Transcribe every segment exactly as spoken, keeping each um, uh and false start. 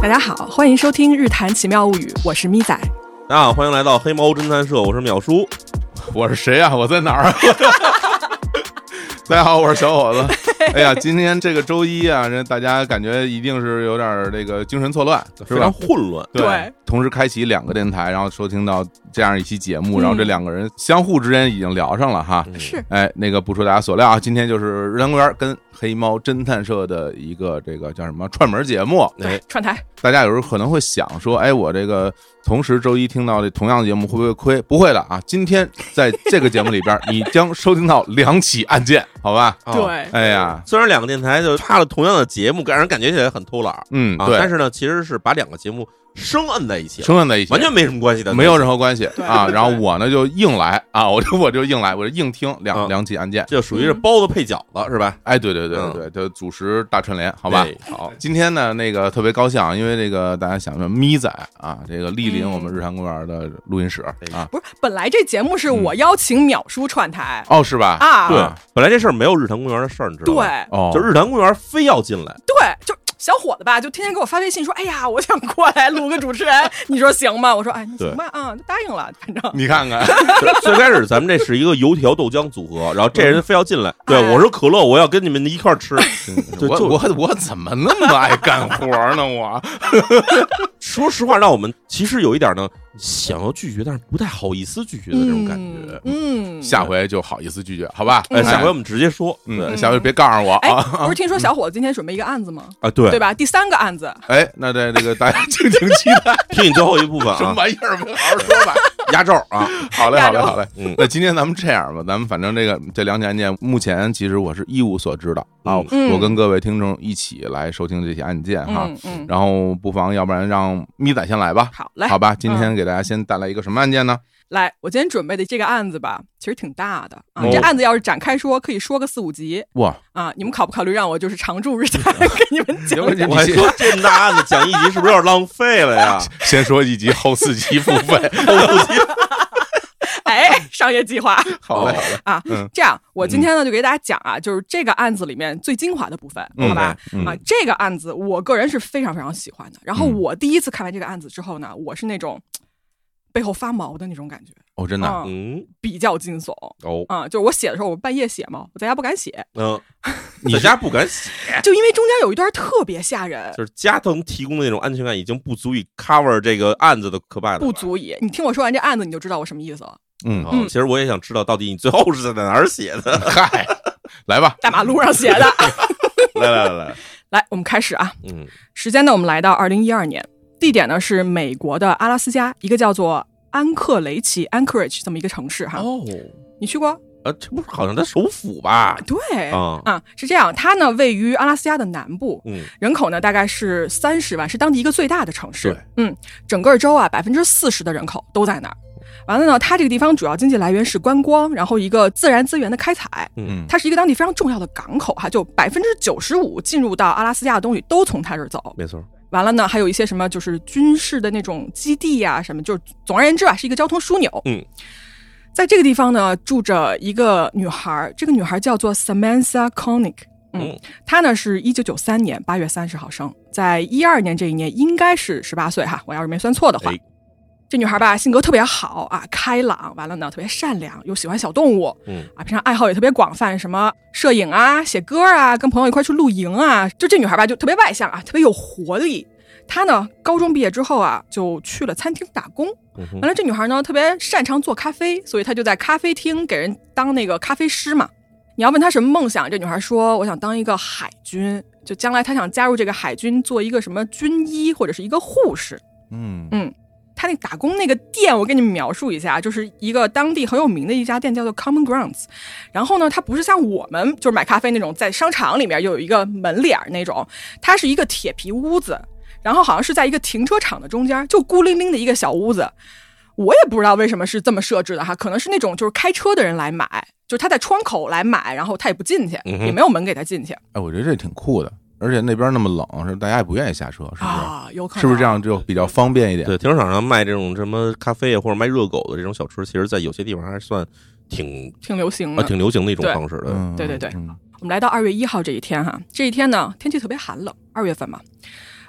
大家好，欢迎收听《日谈奇妙物语》，我是咪仔。 大家好，欢迎来到黑猫侦探社，我是淼叔。 我是谁啊？我在哪儿啊？大家好，我是小伙子。哎呀，今天这个周一啊，这大家感觉一定是有点这个精神错乱， 非常混乱。 对， 对同时开启两个电台，然后收听到这样一期节目，然后这两个人相互之间已经聊上了哈。 是， 哎，那个不出大家所料啊，今天就是日坛公园跟黑猫侦探社的一个这个叫什么串门节目。 对，串台。 大家有时候可能会想说，哎，我这个同时周一听到的同样的节目会不会亏？不会的啊！今天在这个节目里边，你将收听到两起案件，好吧？ 对， 哎呀， 虽然两个电台就插了同样的节目，让人感觉起来很偷懒， 嗯， 啊， 对， 但是呢，其实是把两个节目生摁在一起， 生摁在一起， 完全没什么关系的， 没有任何关系啊。 对然后我呢就硬来啊，我就我就硬来，我就硬听两、 嗯、 两起案件， 这就属于是包子配饺子是吧？ 哎，对对对对对，就主食大串联，好吧？好，今天呢那个特别高兴，因为这个大家想说咪仔啊，这个莅临我们日坛公园的录音室、嗯、啊， 不是，本来这节目是我邀请淼叔串台、 嗯、哦，是吧？ 啊， 对，本来这事儿没有日坛公园的事儿，你知道吗？ 对， 哦， 就日坛公园非要进来， 对，就。小伙子吧，就天天给我发微信说：“哎呀，我想过来录个主持人，你说行吗？”我说：“哎，你行吧，啊，就答应了。”反正你看看， 最开始咱们这是一个油条豆浆组合，然后这人非要进来，对、哎、我说可乐，我要跟你们一块儿吃。 我我我怎么那么爱干活呢？我说实话，让我们其实有一点呢，想要拒绝，但是不太好意思拒绝的这种感觉。 嗯，嗯下回就好意思拒绝，好吧？ 哎，下回我们直接说， 嗯，下回别告诉我。 哎，不是听说小伙子今天准备一个案子吗？ 啊，对， 对吧？第三个案子。 哎，那这这个大家敬请期待， 听你最后一部分啊， 什么玩意儿？好好说吧。 压轴啊， 好嘞，好嘞，好嘞。 嗯， 那今天咱们这样吧，咱们反正这个这两起案件，目前其实我是一无所知的啊。 嗯、 我跟各位听众一起来收听这起案件哈。 嗯嗯。 然后不妨，要不然让咪仔先来吧。 好嘞， 好吧。今天给大家先带来一个什么案件呢？ 嗯、来，我今天准备的这个案子吧，其实挺大的啊。哦、这案子要是展开说，可以说个四五集。 哇啊！你们考不考虑让我就是常驻日坛跟你们讲？ 我还说这么大案子讲一集是不是有点浪费了呀？ 先说一集，后四集付费， 后四集。 哎，商业计划， 好嘞，好嘞啊！ 嗯、 这样，我今天呢就给大家讲啊，就是这个案子里面最精华的部分， 嗯、 好吧？ 嗯、 啊，这个案子我个人是非常非常喜欢的。然后我第一次看完这个案子之后呢，我是那种背后发毛的那种感觉。 哦，真的， 嗯，比较惊悚哦， 啊，就是我写的时候，我半夜写嘛，我在家不敢写， 嗯，你在家不敢写， 就因为中间有一段特别吓人， 就是家能提供的那种安全感已经不足以 cover 这个案子的可怕的， 不足以。你听我说完这案子，你就知道我什么意思了。 嗯， 哦、其实我也想知道，到底你最后是在哪儿写的？ 嗨，来吧， 大马路上写的。 来来来来， 来，我们开始啊。 嗯， 时间呢，我们来到二零一二年，地点呢是美国的阿拉斯加，一个叫做安克雷奇 （Anchorage） 这么一个城市哈。 哦， 你去过？ 呃，这不是好像在首府吧？ 对， 啊、 嗯、啊，是这样，它呢位于阿拉斯加的南部， 嗯， 人口呢大概是三十万，是当地一个最大的城市。 对， 嗯，整个州啊百分之四十的人口都在那儿。完了呢，它这个地方主要经济来源是观光，然后一个自然资源的开采， 嗯， 它是一个当地非常重要的港口哈，就百分之九十五进入到阿拉斯加的东西都从它这儿走， 没错。 完了呢，还有一些什么就是军事的那种基地呀、啊，什么，就是总而言之啊，是一个交通枢纽。 嗯， 在这个地方呢，住着一个女孩，这个女孩叫做 Samantha Koenig。嗯，她呢是一九九三年八月三十号生，在一二年这一年应该是十八岁哈，我要是没算错的话。哎，这女孩吧，性格特别好啊，开朗，完了呢，特别善良，又喜欢小动物， 嗯啊，平常爱好也特别广泛，什么摄影啊、写歌啊，跟朋友一块去露营啊，就这女孩吧，就特别外向啊，特别有活力。她呢，高中毕业之后啊，就去了餐厅打工。完了，这女孩呢，特别擅长做咖啡，所以她就在咖啡厅给人当那个咖啡师嘛。你要问她什么梦想，这女孩说：“我想当一个海军，就将来她想加入这个海军，做一个什么军医或者是一个护士。”嗯嗯。他那打工那个店，我给你们描述一下，就是一个当地很有名的一家店，叫做 Common Grounds。然后呢，它不是像我们就是买咖啡那种在商场里面又有一个门脸那种，它是一个铁皮屋子，然后好像是在一个停车场的中间，就孤零零的一个小屋子。我也不知道为什么是这么设置的哈，可能是那种就是开车的人来买，就是他在窗口来买，然后他也不进去， 嗯、 也没有门给他进去。 哎，我觉得这挺酷的。而且那边那么冷，是大家也不愿意下车，是不是？ 啊，有可能， 是不是这样就比较方便一点？ 对，停车场上卖这种什么咖啡或者卖热狗的这种小吃，其实在有些地方还算挺挺流行的， 啊，挺流行的一种方式的。 对对对，嗯、我们来到二月一号这一天哈，这一天呢天气特别寒冷，二月份嘛。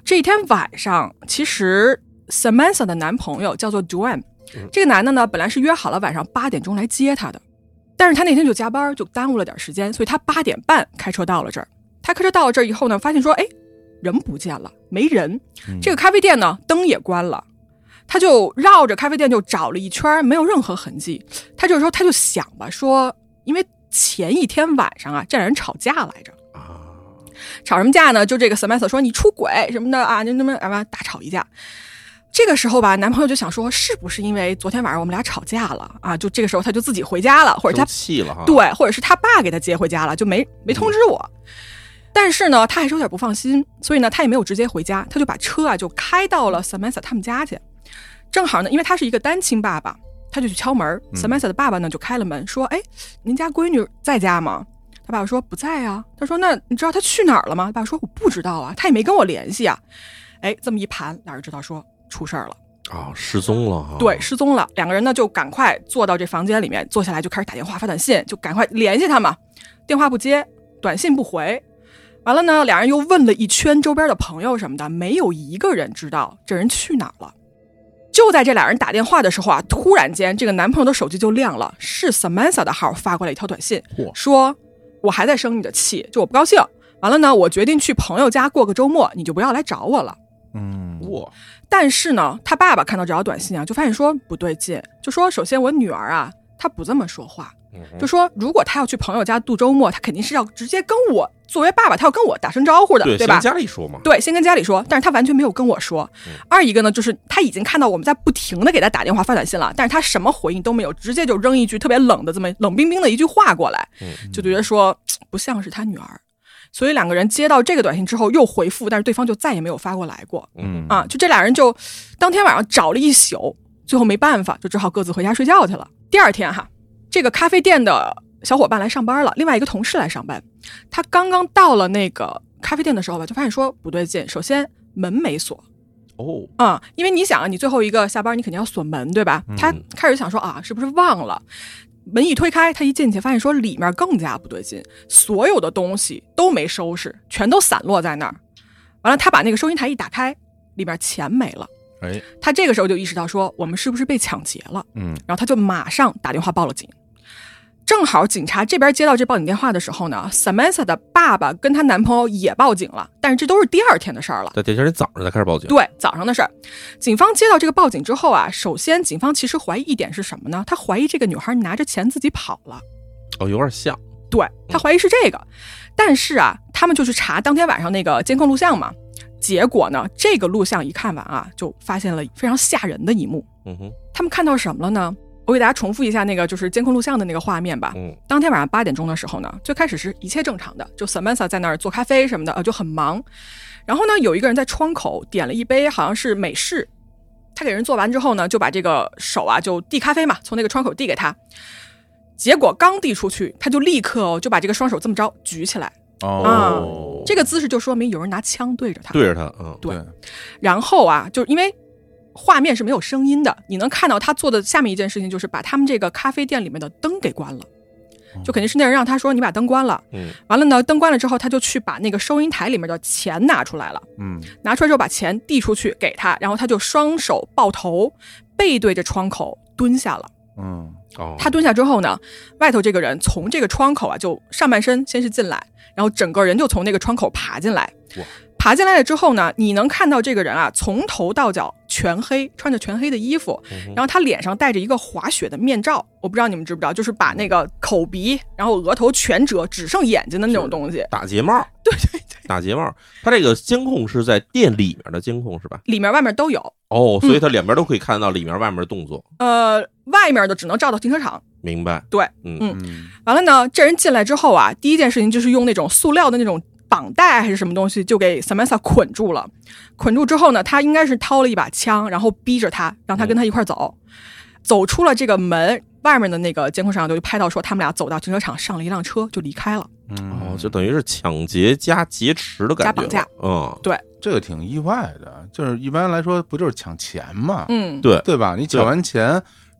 这一天晚上，其实 Samantha 的男朋友叫做 Duane，嗯、这个男的呢，本来是约好了晚上八点钟来接她的，但是他那天就加班，就耽误了点时间，所以他八点半开车到了这儿。他开车到了这儿以后呢，发现说，哎，人不见了，没人。嗯、这个咖啡店呢，灯也关了。他就绕着咖啡店就找了一圈，没有任何痕迹。他这个时候他就想吧，说，因为前一天晚上啊，这俩人吵架来着。吵什么架呢？就这个 Samantha 说你出轨什么的啊，就那么啊大吵一架。这个时候吧，男朋友就想说，是不是因为昨天晚上我们俩吵架了啊？就这个时候他就自己回家了，或者他气了哈， 对，或者是他爸给他接回家了，就没没通知我。嗯、但是呢，他还是有点不放心，所以呢，他也没有直接回家，他就把车啊就开到了 Samantha 他们家去。正好呢，因为他是一个单亲爸爸，他就去敲门。嗯、Samantha 的爸爸呢就开了门，说：“哎，您家闺女在家吗？”他爸爸说：“不在啊。”他说：“那你知道她去哪儿了吗？”他爸爸说：“我不知道啊，他也没跟我联系啊。”哎，这么一盘，俩人知道说出事儿了啊、哦，失踪了哈。 对，失踪了。两个人呢就赶快坐到这房间里面，坐下来就开始打电话发短信，就赶快联系他嘛。电话不接，短信不回。完了呢，俩人又问了一圈周边的朋友什么的，没有一个人知道这人去哪儿了。就在这俩人打电话的时候啊，突然间这个男朋友的手机就亮了，是 Samantha 的号发过来一条短信，说我还在生你的气，就我不高兴。完了呢，我决定去朋友家过个周末，你就不要来找我了。 嗯， 哇！ 但是呢，他爸爸看到这条短信啊，就发现说不对劲，就说首先我女儿啊，她不这么说话。就说如果他要去朋友家度周末，他肯定是要直接跟我作为爸爸，他要跟我打声招呼的， 对, 对吧？ 先跟家里说嘛。 对，先跟家里说，但是他完全没有跟我说。嗯、二一个呢，就是他已经看到我们在不停的给他打电话发短信了，但是他什么回应都没有，直接就扔一句特别冷的这么冷冰冰的一句话过来，嗯、就觉得说不像是他女儿。所以两个人接到这个短信之后又回复，但是对方就再也没有发过来过。嗯啊，就这俩人就当天晚上找了一宿，最后没办法，就只好各自回家睡觉去了。第二天哈。这个咖啡店的小伙伴来上班了，另外一个同事来上班。他刚刚到了那个咖啡店的时候吧，就发现说不对劲。首先门没锁， 哦， 啊、嗯，因为你想啊，你最后一个下班，你肯定要锁门，对吧？嗯、他开始想说啊，是不是忘了？门一推开，他一进去发现说里面更加不对劲，所有的东西都没收拾，全都散落在那儿。完了，他把那个收银台一打开，里面钱没了。 哎， 他这个时候就意识到说我们是不是被抢劫了？嗯，然后他就马上打电话报了警。正好警察这边接到这报警电话的时候呢 ，Samantha 的爸爸跟她男朋友也报警了，但是这都是第二天的事儿了。 在第二天早上才开始报警。 对，早上的事儿。警方接到这个报警之后啊，首先警方其实怀疑一点是什么呢？他怀疑这个女孩拿着钱自己跑了。 哦，有点像。 对，他怀疑是这个，嗯、但是啊，他们就去查当天晚上那个监控录像嘛，结果呢，这个录像一看完啊，就发现了非常吓人的一幕。 嗯哼， 他们看到什么了呢？我给大家重复一下那个就是监控录像的那个画面吧。嗯，当天晚上八点钟的时候呢，最开始是一切正常的，就 Samantha 在那儿做咖啡什么的，呃，就很忙。然后呢，有一个人在窗口点了一杯好像是美式，他给人做完之后呢，就把这个手啊就递咖啡嘛，从那个窗口递给他。结果刚递出去，他就立刻、哦、就把这个双手这么着举起来。 哦、 嗯，这个姿势就说明有人拿枪对着他， 对着他，嗯， 对。然后啊，就因为画面是没有声音的，你能看到他做的下面一件事情就是把他们这个咖啡店里面的灯给关了，就肯定是那人让他说你把灯关了，嗯，完了呢，灯关了之后，他就去把那个收银台里面的钱拿出来了，嗯，拿出来之后把钱递出去给他，然后他就双手抱头，背对着窗口蹲下了， 嗯， 哦， 他蹲下之后呢，外头这个人从这个窗口啊，就上半身先是进来，然后整个人就从那个窗口爬进来，哇。爬进来了之后呢，你能看到这个人啊，从头到脚全黑，穿着全黑的衣服，然后他脸上戴着一个滑雪的面罩，我不知道你们知不知道，就是把那个口鼻，然后额头全遮，只剩眼睛的那种东西， 打睫毛， 对对对， 打睫毛。他这个监控是在店里面的监控是吧？ 里面外面都有。 哦，所以他两边都可以看到里面外面的动作。 嗯、呃，外面的只能照到停车场。 明白。 对， 嗯嗯。完了呢，这人进来之后啊，第一件事情就是用那种塑料的那种绑带还是什么东西就给 Samantha 捆住了，捆住之后呢，他应该是掏了一把枪，然后逼着他让他跟他一块走、嗯、走出了这个门，外面的那个监控摄像头就拍到说他们俩走到停车场上了一辆车就离开了。 嗯，哦，就等于是抢劫加劫持的感觉， 加绑架。 嗯， 对， 这个挺意外的，就是一般来说不就是抢钱嘛， 嗯， 对对吧？你抢完钱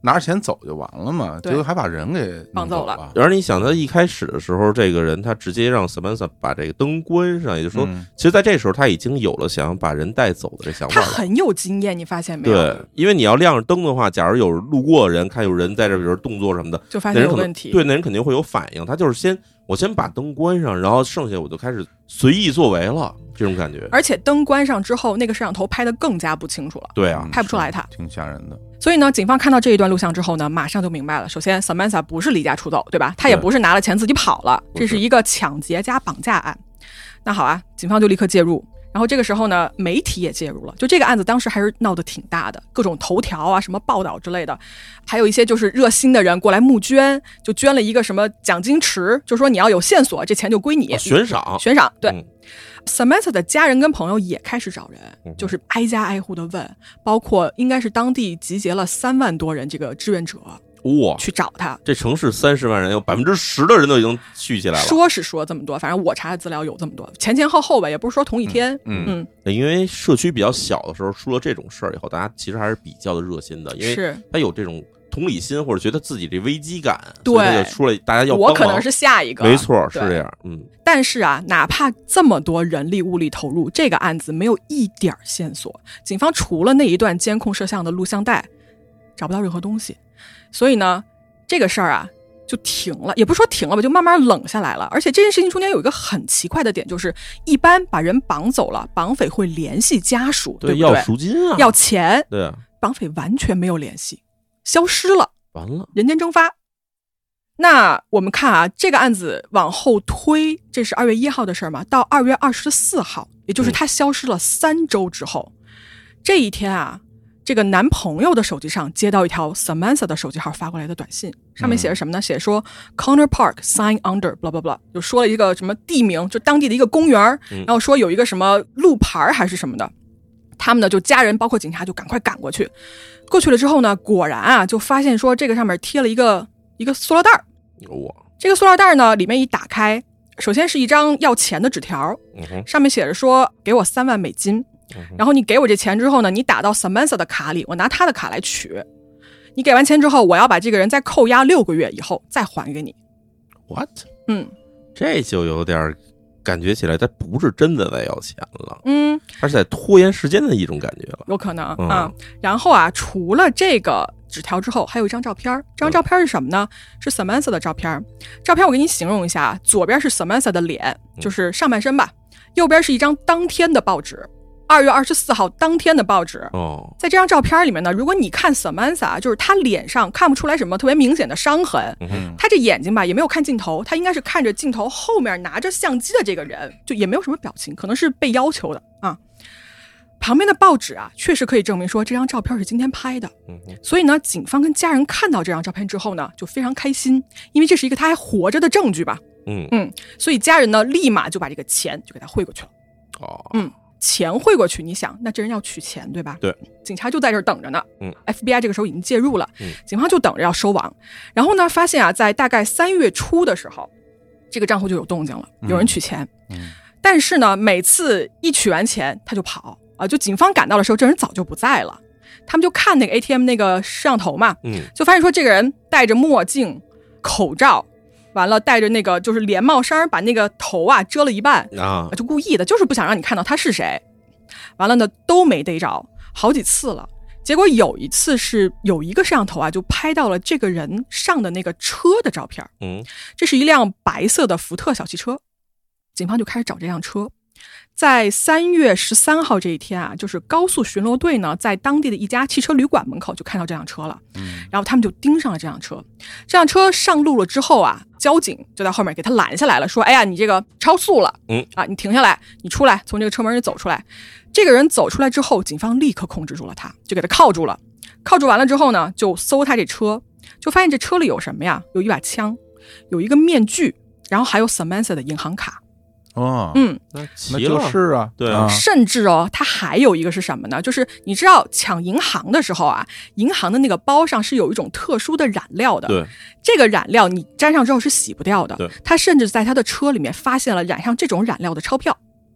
拿着钱走就完了嘛，结果还把人给绑走了。 然而你想，他一开始的时候，这个人他直接让 Samantha 把这个灯关上，也就是说，嗯、其实在这时候他已经有了想要把人带走的这想法了。 他很有经验，你发现没有？ 对，因为你要亮着灯的话，假如有路过的人看有人在这，比如动作什么的， 就发现有问题。 对，那人肯定会有反应。他就是先我先把灯关上，然后剩下我就开始随意作为了，这种感觉。 而且灯关上之后，那个摄像头拍得更加不清楚了。 对啊， 拍不出来他， 挺吓人的。 所以呢，警方看到这一段录像之后呢，马上就明白了。首先 Samantha 不是离家出走，对吧？他也不是拿了钱自己跑了，这是一个抢劫加绑架案。那好啊，警方就立刻介入。然后这个时候呢，媒体也介入了。就这个案子当时还是闹得挺大的，各种头条啊、什么报道之类的，还有一些就是热心的人过来募捐，就捐了一个什么奖金池，就说你要有线索，这钱就归你。 哦、悬赏， 悬赏，对。 嗯 Samantha 的家人跟朋友也开始找人，就是挨家挨户的问，包括应该是当地集结了三万多人这个志愿者。 哇， 去找他！ 这城市三十万人，有百分之十的人都已经聚起来了。 说是说这么多，反正我查的资料有这么多，前前后后吧，也不是说同一天。 嗯嗯，嗯因为社区比较小的时候，出了这种事儿以后，大家其实还是比较的热心的，因为他有这种同理心，或者觉得自己这危机感， 对， 所以就出来大家要帮忙。 我可能是下一个， 没错，是这样。嗯， 但是啊，哪怕这么多人力物力投入，这个案子没有一点线索，警方除了那一段监控摄像的录像带，找不到任何东西，所以呢。这个事儿啊就停了，也不是说停了吧，就慢慢冷下来了。而且这件事情中间有一个很奇怪的点，就是一般把人绑走了，绑匪会联系家属， 对, 对不对？ 要赎金啊， 要钱。 对啊， 绑匪完全没有联系，消失了， 完了， 人间蒸发。那我们看啊，这个案子往后推，这是二月一号的事儿嘛，到二月二十四号，也就是他消失了三周之后，嗯、这一天啊。这个男朋友的手机上接到一条 Samantha 的手机号发过来的短信，上面写着什么呢？写说 Corner Park sign under blah blah blah， 就说了一个什么地名，就当地的一个公园，然后说有一个什么路牌还是什么的。他们呢就家人包括警察就赶快赶过去。过去了之后呢，果然啊就发现说这个上面贴了一个一个塑料袋。 哇！ 这个塑料袋呢里面一打开，首先是一张要钱的纸条，上面写着说给我三万美金。然后你给我这钱之后呢，你打到 Samantha 的卡里，我拿她的卡来取。你给完钱之后，我要把这个人再扣押六个月以后再还给你。 What？ 嗯， 这就有点感觉起来他不是真的在要钱了， 嗯， 而是在拖延时间的一种感觉了， 有可能、 嗯、 啊。然后啊，除了这个纸条之后，还有一张照片。这张照片是什么呢？是 Samantha 的照片。照片我给你形容一下，左边是 Samantha 的脸，就是上半身吧，右边是一张当天的报纸。二月二十四号当天的报纸。 哦， 在这张照片里面呢，如果你看 Samantha， 就是她脸上看不出来什么特别明显的伤痕， 嗯、 她这眼睛吧也没有看镜头，她应该是看着镜头后面拿着相机的这个人，就也没有什么表情，可能是被要求的啊。旁边的报纸啊，确实可以证明说这张照片是今天拍的， 嗯、 所以呢，警方跟家人看到这张照片之后呢，就非常开心，因为这是一个他还活着的证据吧。 嗯嗯，所以家人呢立马就把这个钱就给他汇过去了。 哦， 嗯。钱汇过去，你想，那这人要取钱，对吧？ 对， 警察就在这儿等着呢。 嗯 ，F B I 这个时候已经介入了， 嗯， 警方就等着要收网。然后呢，发现啊，在大概三月初的时候，这个账户就有动静了，有人取钱。 嗯，嗯但是呢，每次一取完钱他就跑啊，就警方赶到的时候，这人早就不在了。他们就看那个 A T M 那个摄像头嘛， 嗯， 就发现说这个人戴着墨镜、口罩。完了，戴着那个就是连帽衫，把那个头啊遮了一半啊， 就故意的，就是不想让你看到他是谁。完了呢，都没逮着，好几次了。结果有一次是有一个摄像头啊，就拍到了这个人上的那个车的照片。 嗯， 这是一辆白色的福特小汽车。警方就开始找这辆车。在三月十三号这一天啊，就是高速巡逻队呢，在当地的一家汽车旅馆门口就看到这辆车了。 嗯， 然后他们就盯上了这辆车。这辆车上路了之后啊，交警就在后面给他拦下来了，说：“哎呀，你这个超速了， 嗯啊，你停下来，你出来，从这个车门里走出来。”这个人走出来之后，警方立刻控制住了他，就给他铐住了。铐住完了之后呢，就搜他这车，就发现这车里有什么呀？有一把枪，有一个面具，然后还有 Samantha 的银行卡。 哦， 嗯， 那那就是啊， 对啊， 甚至哦，它还有一个是什么呢？就是你知道抢银行的时候啊，银行的那个包上是有一种特殊的染料的， 对， 这个染料你沾上之后是洗不掉的。 对， 他甚至在他的车里面发现了染上这种染料的钞票。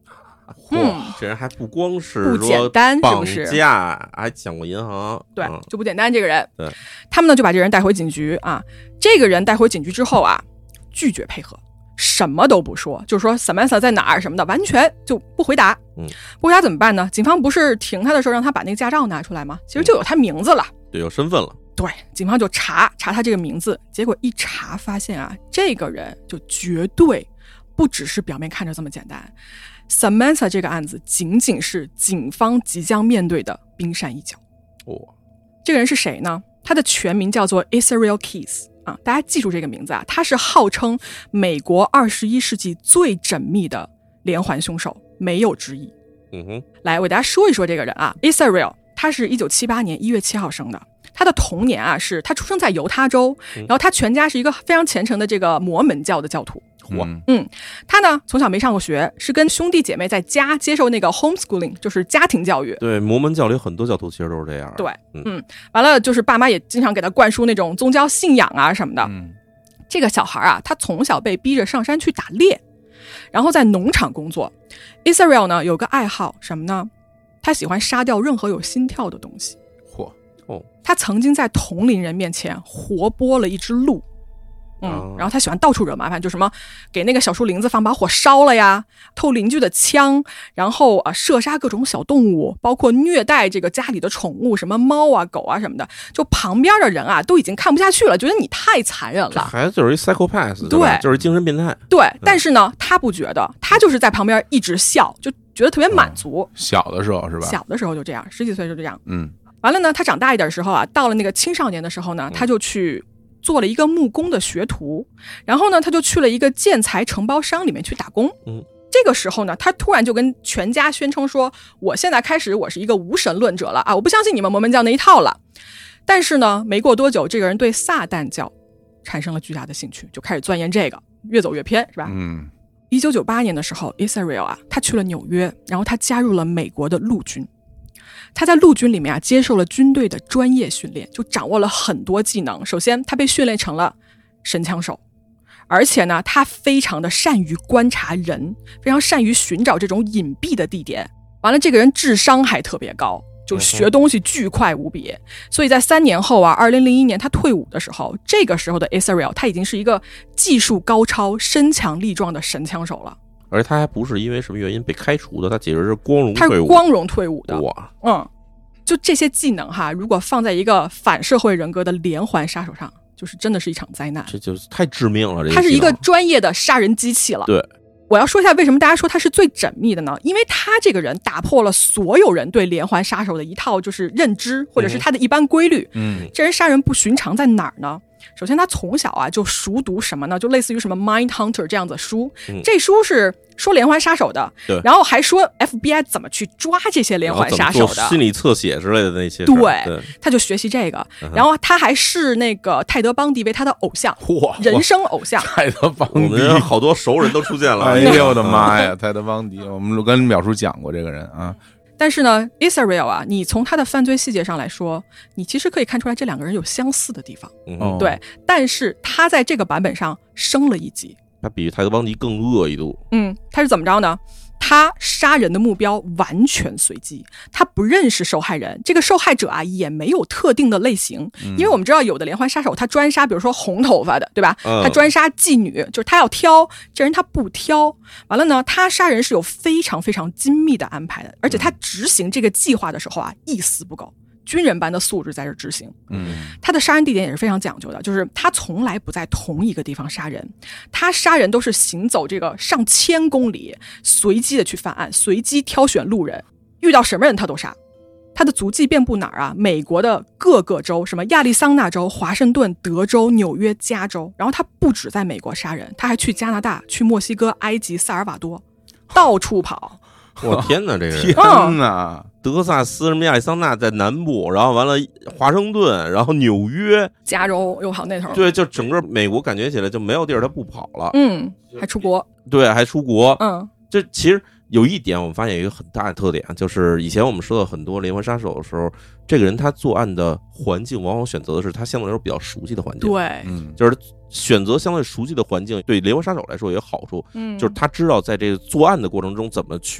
嚯，这人还不光是不简单， 绑架，还抢过银行， 对， 嗯、 就不简单。这个人， 对， 他们呢就把这人带回警局啊。这个人带回警局之后啊，拒绝配合，什么都不说，就是说 Samantha 在哪儿什么的，完全就不回答。 嗯， 不回答怎么办呢？警方不是停他的时候让他把那个驾照拿出来吗？其实就有他名字了，嗯、 对，有身份了。 对，警方就查查他这个名字，结果一查发现啊，这个人就绝对不只是表面看着这么简单。Samantha 这个案子仅仅是警方即将面对的冰山一角。 哦， 这个人是谁呢？他的全名叫做 Israel Keyes 啊，大家记住这个名字啊，他是号称美国二十一世纪最缜密的连环凶手，没有之一。 嗯哼， 来，我给大家说一说这个人啊 ，Israel， 他是一九七八年一月七号生的。他的童年啊，是他出生在犹他州，然后他全家是一个非常虔诚的这个摩门教的教徒。 嗯嗯，他呢从小没上过学，是跟兄弟姐妹在家接受那个 homeschooling， 就是家庭教育。 对，摩门教里有很多教徒其实都是这样。 对，嗯，嗯完了就是爸妈也经常给他灌输那种宗教信仰啊什么的。 嗯， 这个小孩啊，他从小被逼着上山去打猎，然后在农场工作。Israel 呢有个爱好什么呢？他喜欢杀掉任何有心跳的东西。 嚯！ 哦， 他曾经在同龄人面前活剥了一只鹿，嗯， 哦、 然后他喜欢到处惹麻烦，就什么给那个小树林子放把火烧了呀，偷邻居的枪，然后啊射杀各种小动物，包括虐待这个家里的宠物，什么猫啊狗啊什么的，就旁边的人啊都已经看不下去了，觉得你太残忍了。 孩子就是一 psychopath， 对， 就是精神变态。 对，嗯、但是呢，他不觉得，他就是在旁边一直笑，就觉得特别满足。 嗯、小的时候是吧？ 小的时候就这样，十几岁就这样。 嗯。 完了呢，他长大一点的时候啊，到了那个青少年的时候呢，他就去做了一个木工的学徒，然后呢，他就去了一个建材承包商里面去打工。 嗯， 这个时候呢，他突然就跟全家宣称说：“我现在开始，我是一个无神论者了啊，我不相信你们摩门教那一套了。”但是呢，没过多久，这个人对撒旦教产生了巨大的兴趣，就开始钻研这个，越走越偏，是吧？ 嗯。 一九九八年的时候 ，Israel 啊，他去了纽约，然后他加入了美国的陆军。他在陆军里面啊，接受了军队的专业训练，就掌握了很多技能。首先，他被训练成了神枪手，而且呢，他非常的善于观察人，非常善于寻找这种隐蔽的地点。完了，这个人智商还特别高，就学东西巨快无比。嗯、所以在三年后啊，二零零一年他退伍的时候，这个时候的 Israel 他已经是一个技术高超、身强力壮的神枪手了。 而他还不是因为什么原因被开除的，他简直是光荣退伍。 他是光荣退伍的。 哇， 嗯，就这些技能哈，如果放在一个反社会人格的连环杀手上，就是真的是一场灾难。 这就是太致命了。这他是一个专业的杀人机器了。 对， 我要说一下为什么大家说他是最缜密的呢？因为他这个人打破了所有人对连环杀手的一套就是认知，或者是他的一般规律。 嗯， 这人杀人不寻常在哪儿呢？首先他从小啊就熟读什么呢？就类似于什么 Mind Hunter 这样子的书、嗯、这书是说连环杀手的， 对， 然后还说 F B I 怎么去抓这些连环杀手的， 心理侧写之类的那些。 对, 对， 他就学习这个、嗯、然后他还视那个泰德邦迪为他的偶像，人生偶像。 泰德邦迪， 我们好多熟人都出现了。 哎呦我的妈呀，泰德邦迪，我们跟淼叔讲过这个人啊。 但是呢 Israel 啊，你从他的犯罪细节上来说，你其实可以看出来这两个人有相似的地方、 嗯、 对，但是他在这个版本上升了一级， 他比泰德邦迪更恶一度。 嗯，他是怎么着呢？他杀人的目标完全随机，他不认识受害人，这个受害者啊也没有特定的类型、嗯、因为我们知道有的连环杀手他专杀比如说红头发的，对吧、嗯、他专杀妓女，就是他要挑，这人他不挑。完了呢，他杀人是有非常非常精密的安排的，而且他执行这个计划的时候啊一丝不苟，军人般的素质在这执行。 嗯， 他的杀人地点也是非常讲究的，就是他从来不在同一个地方杀人，他杀人都是行走这个上千公里，随机的去犯案，随机挑选路人，遇到什么人他都杀。他的足迹遍布哪儿啊？美国的各个州，什么亚利桑那州、华盛顿、德州、纽约、加州。然后他不止在美国杀人，他还去加拿大、去墨西哥、埃及、萨尔瓦多，到处跑。 我天哪，这个天哪！ 德克萨斯什么亚利桑那在南部，然后完了华盛顿，然后纽约、 加州又跑那头。 对，就整个美国感觉起来就没有地儿他不跑了。 嗯，还出国。 对，还出国。 嗯， 这其实有一点我们发现有一个很大的特点，就是以前我们说到很多连环杀手的时候，这个人他作案的环境往往选择的是他相对来说比较熟悉的环境。 对， 嗯，就是选择相对熟悉的环境，对连环杀手来说也有好处。嗯，就是他知道在这个作案的过程中怎么去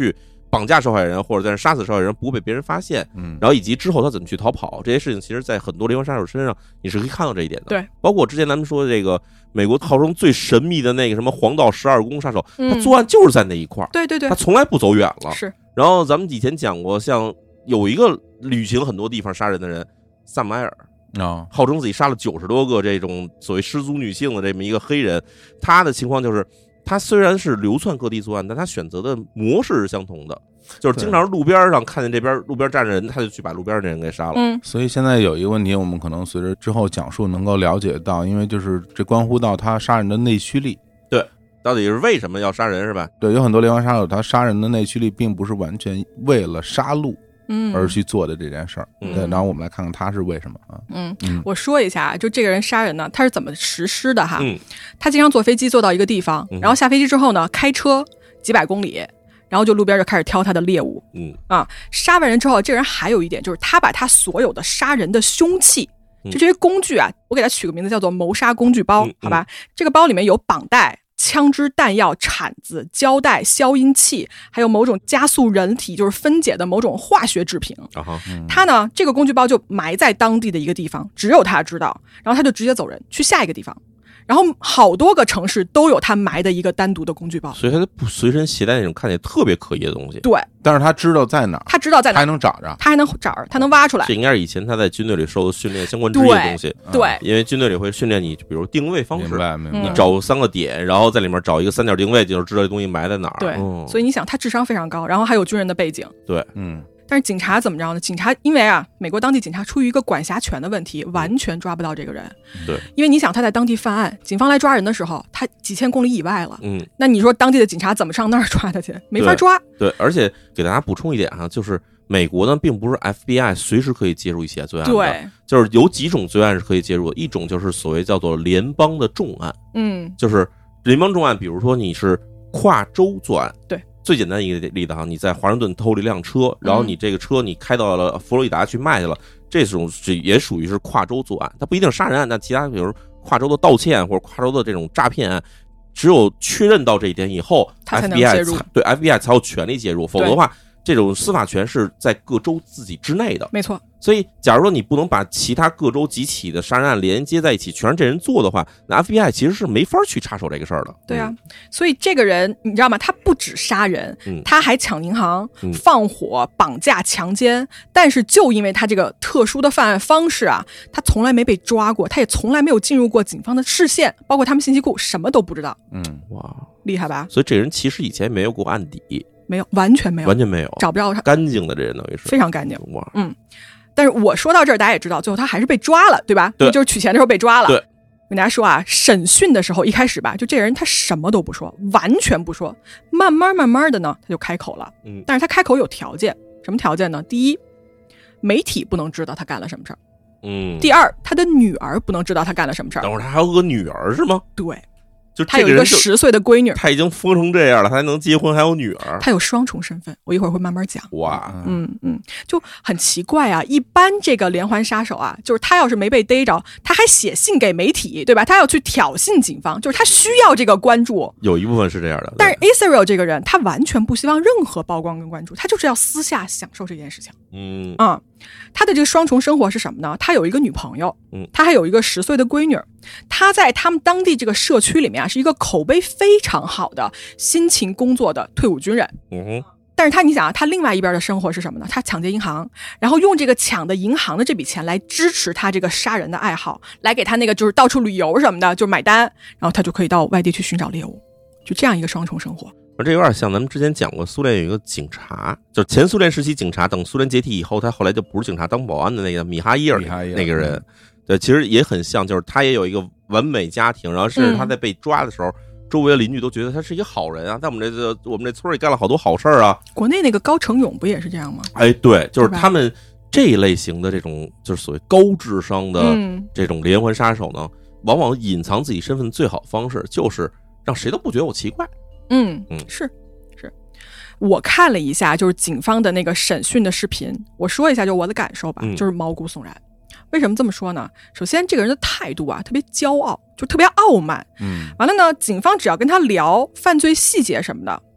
绑架受害人或者在那杀死受害人不会被别人发现， 嗯， 然后以及之后他怎么去逃跑，这些事情其实在很多连环杀手身上你是可以看到这一点的。 对， 包括之前咱们说的这个美国号称最神秘的那个什么黄道十二宫杀手， 嗯、 他作案就是在那一块儿， 对对对， 他从来不走远了。 是。 然后咱们以前讲过，像有一个旅行很多地方杀人的人，萨姆埃尔。 哦， 号称自己杀了九十多个这种所谓失足女性的这么一个黑人，他的情况就是，他虽然是流窜各地作案，但他选择的模式是相同的，就是经常路边上看见这边路边站着人，他就去把路边那人给杀了。 嗯， 所以现在有一个问题，我们可能随着之后讲述能够了解到，因为就是这关乎到他杀人的内驱力。 对，到底是为什么要杀人是吧？ 对，有很多连环杀手，他杀人的内驱力并不是完全为了杀戮。 嗯， 而去做的这件事儿， 嗯、 对，然后我们来看看他是为什么啊？ 嗯，嗯我说一下，就这个人杀人呢，他是怎么实施的哈？ 嗯， 他经常坐飞机坐到一个地方， 嗯、 然后下飞机之后呢，开车几百公里，然后就路边就开始挑他的猎物。 嗯啊，杀完人之后，这个人还有一点就是他把他所有的杀人的凶器，就这些工具啊，我给他取个名字叫做谋杀工具包， 嗯、 好吧？这个包里面有绑带、枪支、弹药、铲子、胶带、消音器，还有某种加速人体就是分解的某种化学制品。 啊、 他呢，这个工具包就埋在当地的一个地方，只有他知道，然后他就直接走人去下一个地方。然后好多个城市都有他埋的一个单独的工具包， 所以他不随身携带那种看起来特别可疑的东西。 对， 但是他知道在哪儿， 他知道在哪儿， 还能找着， 他还能找着，他能挖出来。 这应该是以前他在军队里受的训练相关之一的东西。 对，对， 因为军队里会训练你，比如定位方式， 明白明白。 你找三个点，然后在里面找一个三角定位，就是知道这东西埋在哪儿。 对， 嗯、 所以你想，他智商非常高，然后还有军人的背景。 对， 嗯。 但是警察怎么着呢？警察因为啊，美国当地警察出于一个管辖权的问题，完全抓不到这个人。 对， 因为你想他在当地犯案，警方来抓人的时候，他几千公里以外了。 嗯， 那你说当地的警察怎么上那儿抓他去？没法抓。 对，对，而且给大家补充一点哈，就是美国呢，并不是 F B I 随时可以介入一些罪案的。 对， 就是有几种罪案是可以介入的，一种就是所谓叫做联邦的重案。 嗯， 就是联邦重案，比如说你是跨州作案。 对。 最简单一个例子哈，你在华盛顿偷了一辆车，然后你这个车你开到了佛罗里达去卖去了，这种也属于是跨州作案，它不一定杀人案，但其他比如跨州的盗窃或者跨州的这种诈骗案，只有确认到这一点以后 ，F B I 才对 F B I 才有权利介入，否则的话，这种司法权是在各州自己之内的。 没错。 所以，假如说你不能把其他各州几起的杀人案连接在一起，全是这人做的话，那 F B I 其实是没法去插手这个事儿的。 对啊，嗯、所以这个人你知道吗？他不止杀人， 嗯、 他还抢银行、 嗯、 放火、绑架、强奸。但是就因为他这个特殊的犯案方式啊，他从来没被抓过，他也从来没有进入过警方的视线，包括他们信息库，什么都不知道。 嗯， 哇， 厉害吧？ 所以这人其实以前没有过案底， 没有，完全没有， 完全没有， 找不着他， 干净的这人等于是非常干净。 哇， 嗯。但是我说到这儿，大家也知道，最后他还是被抓了，对吧？ 对， 就是取钱的时候被抓了。 对， 我跟大家说啊，审讯的时候一开始吧，就这人他什么都不说，完全不说。慢慢慢慢的呢，他就开口了。 嗯， 但是他开口有条件，什么条件呢？第一，媒体不能知道他干了什么事儿。 嗯。 第二，他的女儿不能知道他干了什么事儿。 等会儿他还有个女儿是吗？ 对。 就他有一个十岁的闺女， 他已经疯成这样了，他还能结婚，还有女儿， 他有双重身份，我一会儿会慢慢讲。 哇， 嗯嗯，就很奇怪啊。一般这个连环杀手啊，就是他要是没被逮着，他还写信给媒体，对吧？他要去挑衅警方，就是他需要这个关注。 有一部分是这样的， 但是 Israel 这个人，他完全不希望任何曝光跟关注，他就是要私下享受这件事情。 嗯啊、嗯，他的这个双重生活是什么呢？他有一个女朋友， 嗯， 他还有一个十岁的闺女。他在他们当地这个社区里面啊，是一个口碑非常好的辛勤工作的退伍军人。 嗯哼。 但是他，你想啊，他另外一边的生活是什么呢？他抢劫银行，然后用这个抢的银行的这笔钱来支持他这个杀人的爱好，来给他那个就是到处旅游什么的，就买单，然后他就可以到外地去寻找猎物，就这样一个双重生活。 这有点像咱们之前讲过，苏联有一个警察，就是前苏联时期警察，等苏联解体以后，他后来就不是警察，当保安的那个米哈伊尔那个人。对，其实也很像，就是他也有一个完美家庭，然后甚至他在被抓的时候，嗯、周围的邻居都觉得他是一个好人啊，在我们这个我们这村里干了好多好事啊。 国内那个高成勇不也是这样吗？ 哎，对，就是他们这一类型的这种就是所谓高智商的这种连环杀手呢，嗯、往往隐藏自己身份最好方式就是让谁都不觉得我奇怪。 嗯嗯，是是。我看了一下，就是警方的那个审讯的视频，我说一下就我的感受吧， 嗯、 就是毛骨悚然。为什么这么说呢？首先，这个人的态度啊，特别骄傲，就特别傲慢。 嗯， 完了呢，警方只要跟他聊犯罪细节什么的，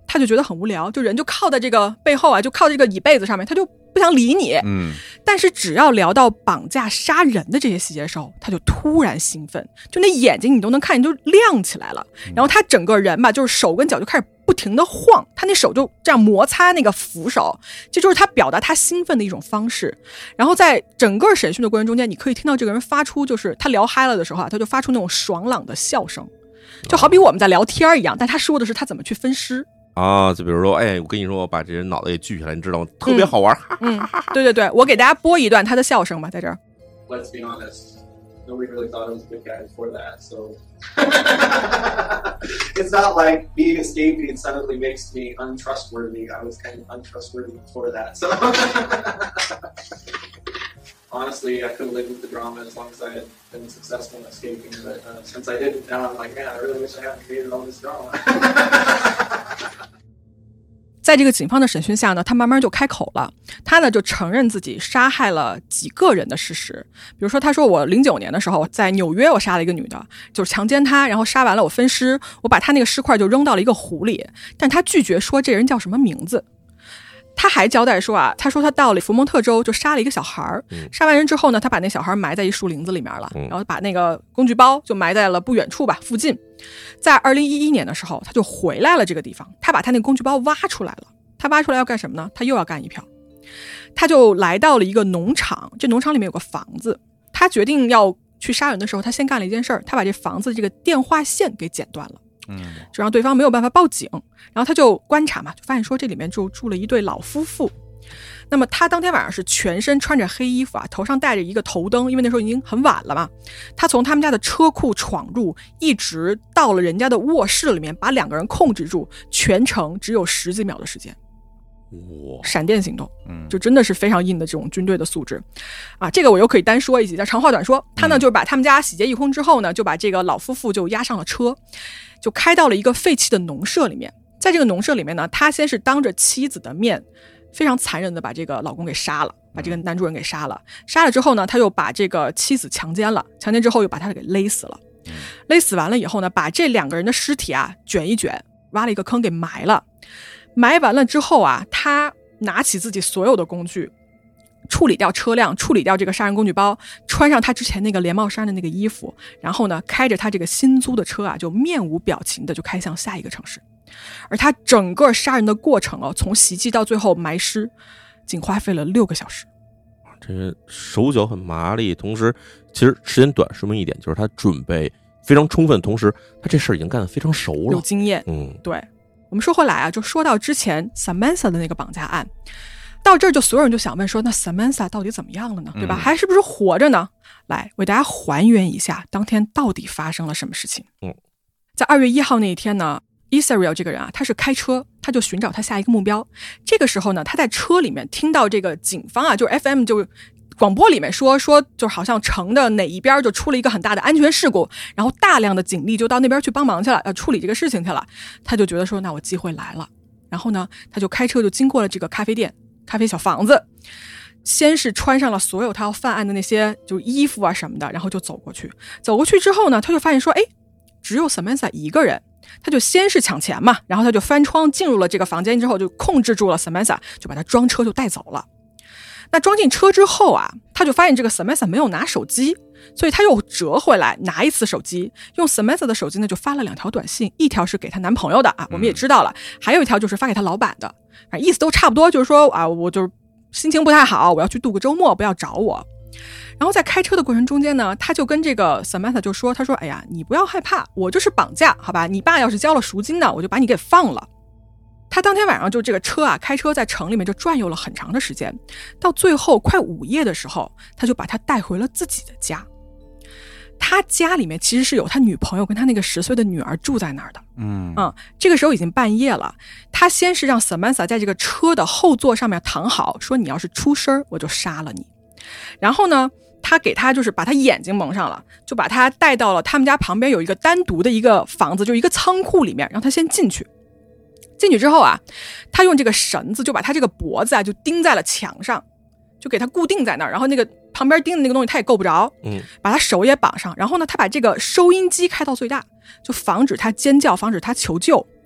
他就觉得很无聊，就人就靠在这个背后啊，就靠在这个椅背子上面，他就不想理你。 嗯， 但是只要聊到绑架杀人的这些细节的时候，他就突然兴奋，就那眼睛你都能看见就亮起来了。然后他整个人吧，就是手跟脚就开始不停的晃，他那手就这样摩擦那个扶手，这就是他表达他兴奋的一种方式。然后在整个审讯的过程中间，你可以听到这个人发出，就是他聊嗨了的时候啊，他就发出那种爽朗的笑声，就好比我们在聊天一样，但他说的是他怎么去分尸啊，就比如说，哎，我跟你说，我把这人脑袋给锯下来，你知道吗？特别好玩。 嗯，嗯对对对，我给大家播一段他的笑声吧，在这儿。 Let's be honest, nobody really thought I was a good guy before that, so it's not like being escaping suddenly makes me untrustworthy. I was kind of untrustworthy before that, so honestly, I could have lived with the drama as long as I had been successful in escaping, but uh, since I didn't, now I'm like, man, I really wish I hadn't created all this drama. 在这个警方的审讯下呢，他慢慢就开口了，他呢就承认自己杀害了几个人的事实。比如说他说，我零九年的时候在纽约我杀了一个女的，就是强奸她，然后杀完了我分尸，我把她那个尸块就扔到了一个湖里，但他拒绝说这人叫什么名字。他还交代说啊，他说他到了佛蒙特州就杀了一个小孩，杀完人之后呢，他把那小孩埋在一树林子里面了，然后把那个工具包就埋在了不远处吧附近。在二零一一年的时候，他就回来了这个地方，他把他那个工具包挖出来了。他挖出来要干什么呢？他又要干一票。他就来到了一个农场，这农场里面有个房子。他决定要去杀人的时候，他先干了一件事儿，他把这房子这个电话线给剪断了。嗯，就让对方没有办法报警。然后他就观察嘛，就发现说这里面就住了一对老夫妇。那么他当天晚上是全身穿着黑衣服啊，头上戴着一个头灯，因为那时候已经很晚了嘛。他从他们家的车库闯入，一直到了人家的卧室里面，把两个人控制住，全程只有十几秒的时间。 哇， 闪电行动，就真的是非常硬的这种军队的素质啊！这个我又可以单说一集，叫长话短说。他呢就是把他们家洗劫一空之后呢，就把这个老夫妇就押上了车，就开到了一个废弃的农舍里面。在这个农舍里面呢，他先是当着妻子的面，非常残忍的把这个老公给杀了，把这个男主人给杀了。杀了之后呢，他又把这个妻子强奸了，强奸之后又把他给勒死了。勒死完了以后呢，把这两个人的尸体啊卷一卷，挖了一个坑给埋了。埋完了之后啊，他拿起自己所有的工具，处理掉车辆，处理掉这个杀人工具包，穿上他之前那个连帽衫的那个衣服，然后呢，开着他这个新租的车啊，就面无表情的就开向下一个城市。而他整个杀人的过程哦，从袭击到最后埋尸，仅花费了六个小时。 这手脚很麻利，同时其实时间短，说明一点就是他准备非常充分，同时他这事儿已经干得非常熟了， 有经验。 嗯， 对。我们说回来啊，就说到之前 Samantha 的那个绑架案，到这儿就所有人就想问说，那 Samantha 到底怎么样了呢？对吧？还是不是活着呢？来为大家还原一下当天到底发生了什么事情。 嗯， 在二月一号那一天呢， Israel 这个人啊，他是开车，他就寻找他下一个目标。这个时候呢，他在车里面听到这个警方啊，就是 F M 就广播里面说说，就好像城的哪一边就出了一个很大的安全事故，然后大量的警力就到那边去帮忙去了，要处理这个事情去了。他就觉得说，那我机会来了。然后呢，他就开车就经过了这个咖啡店、咖啡小房子，先是穿上了所有他要犯案的那些就衣服啊什么的，然后就走过去。走过去之后呢，他就发现说，哎，只有 Samantha 一个人。他就先是抢钱嘛，然后他就翻窗进入了这个房间之后，就控制住了 Samantha， 就把他装车就带走了。那装进车之后啊，他就发现这个 Samantha 没有拿手机，所以他又折回来拿一次手机，用 Samantha 的手机呢就发了两条短信，一条是给她男朋友的啊，我们也知道了，还有一条就是发给她老板的，反正意思都差不多，就是说啊，我就是心情不太好，我要去度个周末，不要找我。然后在开车的过程中间呢，他就跟这个 Samantha 就说，他说，哎呀，你不要害怕，我就是绑架，好吧，你爸要是交了赎金呢，我就把你给放了。他当天晚上就这个车啊，开车在城里面就转悠了很长的时间，到最后快午夜的时候，他就把他带回了自己的家。他家里面其实是有他女朋友跟他那个十岁的女儿住在那儿的。嗯嗯，这个时候已经半夜了，他先是让 Samantha 在这个车的后座上面躺好，说你要是出声我就杀了你。然后呢，他给他就是把他眼睛蒙上了，就把他带到了他们家旁边有一个单独的一个房子，就一个仓库里面，让他先进去。进去之后啊，他用这个绳子就把他这个脖子啊就钉在了墙上，就给他固定在那儿，然后那个旁边钉的那个东西他也够不着，嗯，把他手也绑上，然后呢他把这个收音机开到最大，就防止他尖叫，防止他求救。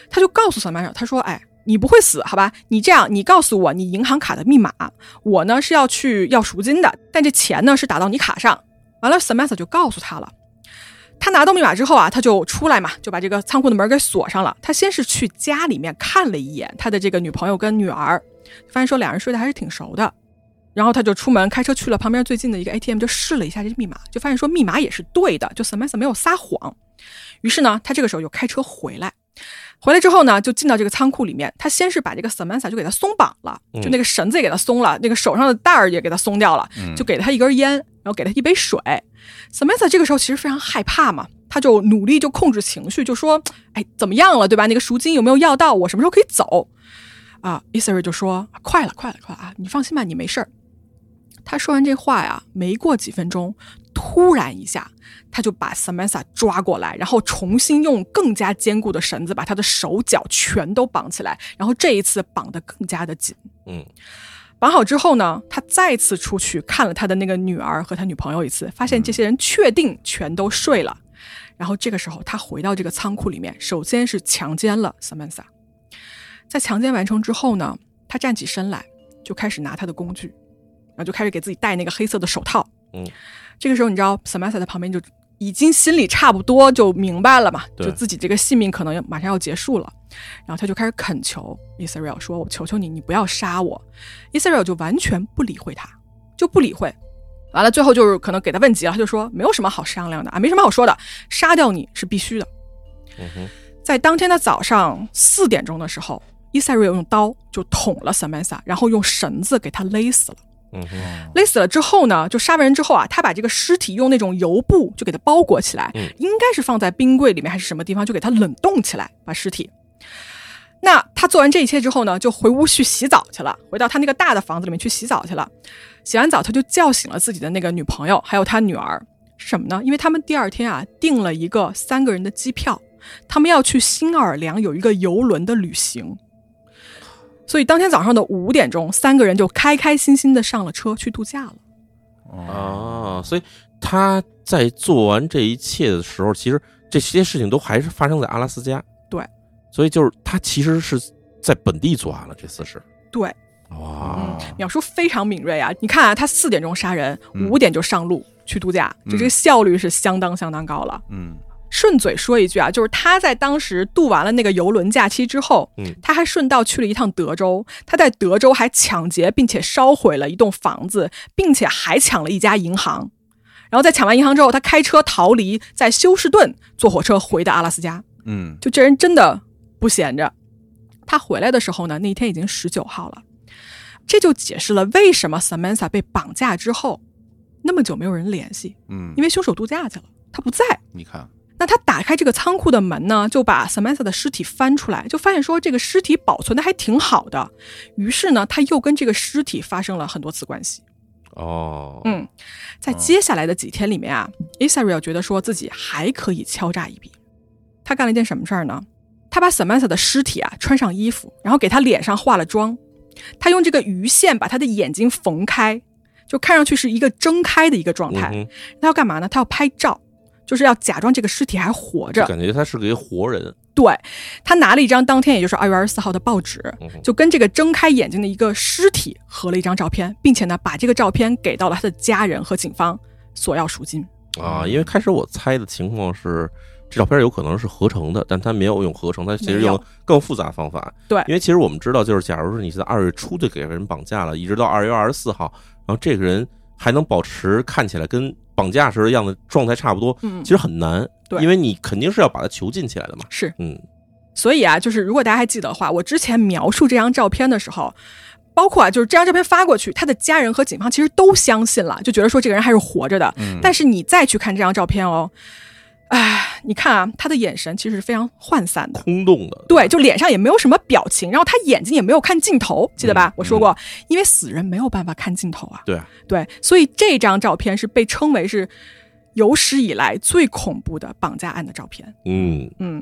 他就告诉 Samantha， 他说哎，你不会死好吧，你这样，你告诉我你银行卡的密码，我呢是要去要赎金的，但这钱呢是打到你卡上。完了 Samantha 就告诉他了。他拿到密码之后啊，他就出来嘛，就把这个仓库的门给锁上了。他先是去家里面看了一眼他的这个女朋友跟女儿，发现说两人睡得还是挺熟的。然后他就出门开车去了旁边最近的一个 A T M， 就试了一下这密码，就发现说密码也是对的，就 Samantha 没有撒谎。于是呢，他这个时候又开车回来。回来之后呢，就进到这个仓库里面，他先是把这个 Samantha 就给他松绑了，就那个绳子也给他松了，那个手上的带儿也给他松掉了，就给了他一根烟，然后给他一杯水。Samantha 这个时候其实非常害怕嘛，他就努力就控制情绪，就说哎，怎么样了对吧，那个赎金有没有要到，我什么时候可以走啊 Isari 就说快了快了快了啊，你放心吧，你没事儿。他说完这话呀，没过几分钟，突然一下他就把 Samantha 抓过来，然后重新用更加坚固的绳子把他的手脚全都绑起来，然后这一次绑得更加的紧。 嗯， 绑好之后呢，他再次出去看了他的那个女儿和他女朋友一次，发现这些人确定全都睡了。然后这个时候他回到这个仓库里面，首先是强奸了 Samantha。 在强奸完成之后呢，他站起身来就开始拿他的工具，然后就开始给自己戴那个黑色的手套。 嗯， 这个时候你知道 Samantha 在旁边就已经心里差不多就明白了嘛，就自己这个性命可能马上要结束了。然后他就开始恳求 Isariel 说，我求求你，你不要杀我。 Isariel 就完全不理会他，就不理会。完了最后就是可能给他问急了，他就说没有什么好商量的啊，没什么好说的，杀掉你是必须的。 嗯哼， 在当天的早上四点钟的时候， Isariel 用刀就捅了 Samantha， 然后用绳子给他勒死了。 嗯哼， 勒死了之后呢，就杀完人之后啊，他把这个尸体用那种油布就给他包裹起来， 嗯， 应该是放在冰柜里面还是什么地方，就给他冷冻起来，把尸体。那他做完这一切之后呢，就回屋去洗澡去了，回到他那个大的房子里面去洗澡去了。洗完澡他就叫醒了自己的那个女朋友还有他女儿。是什么呢？因为他们第二天啊订了一个三个人的机票，他们要去新奥尔良有一个游轮的旅行。所以当天早上的五点钟，三个人就开开心心的上了车去度假了。 啊，所以他在做完这一切的时候，其实这些事情都还是发生在阿拉斯加。 对， 所以就是他其实是在本地作案了，这次是。 对， 哇、 嗯，淼叔非常敏锐啊！你看啊，他四点钟杀人，五点就上路去度假， 嗯、 就这个效率是相当相当高了。 嗯。 顺嘴说一句啊，就是他在当时度完了那个游轮假期之后， 嗯， 他还顺道去了一趟德州，他在德州还抢劫并且烧毁了一栋房子，并且还抢了一家银行。然后在抢完银行之后，他开车逃离，在休士顿坐火车回的阿拉斯加。 嗯， 就这人真的不闲着。他回来的时候呢，那一天已经十九号了，这就解释了为什么 Samantha 被绑架之后那么久没有人联系。 嗯， 因为凶手度假去了，他不在。 你看。 那他打开这个仓库的门呢，就把 Samantha 的尸体翻出来，就发现说这个尸体保存的还挺好的。于是呢，他又跟这个尸体发生了很多次关系。 哦， 嗯，在接下来的几天里面啊、哦、Isariel 觉得说自己还可以敲诈一笔。他干了一件什么事儿呢？他把 Samantha 的尸体啊穿上衣服，然后给他脸上化了妆。他用这个鱼线把他的眼睛缝开，就看上去是一个睁开的一个状态。 嗯、 他要干嘛呢？他要拍照。就是要假装这个尸体还活着， 感觉他是个活人。 对，他拿了一张当天也就是二月二十四号的报纸、嗯、就跟这个睁开眼睛的一个尸体合了一张照片，并且呢把这个照片给到了他的家人和警方索要赎金啊。因为开始我猜的情况是这照片有可能是合成的，但他没有用合成，他其实用更复杂方法。 对， 因为其实我们知道，就是假如说你是在二月初就给人绑架了，一直到二月二十四号，然后这个人还能保持看起来跟绑架时的样子状态差不多， 嗯， 其实很难， 对， 因为你肯定是要把它囚禁起来的嘛。 是， 嗯， 所以啊，就是如果大家还记得的话，我之前描述这张照片的时候，包括啊，就是这张照片发过去，他的家人和警方其实都相信了，就觉得说这个人还是活着的。 嗯， 但是你再去看这张照片哦，哎，你看啊，他的眼神其实是非常涣散的， 空洞的， 对，就脸上也没有什么表情，然后他眼睛也没有看镜头，记得吧？ 嗯、 我说过、嗯，因为死人没有办法看镜头啊。 对对，所以这张照片是被称为是有史以来最恐怖的绑架案的照片。 嗯嗯，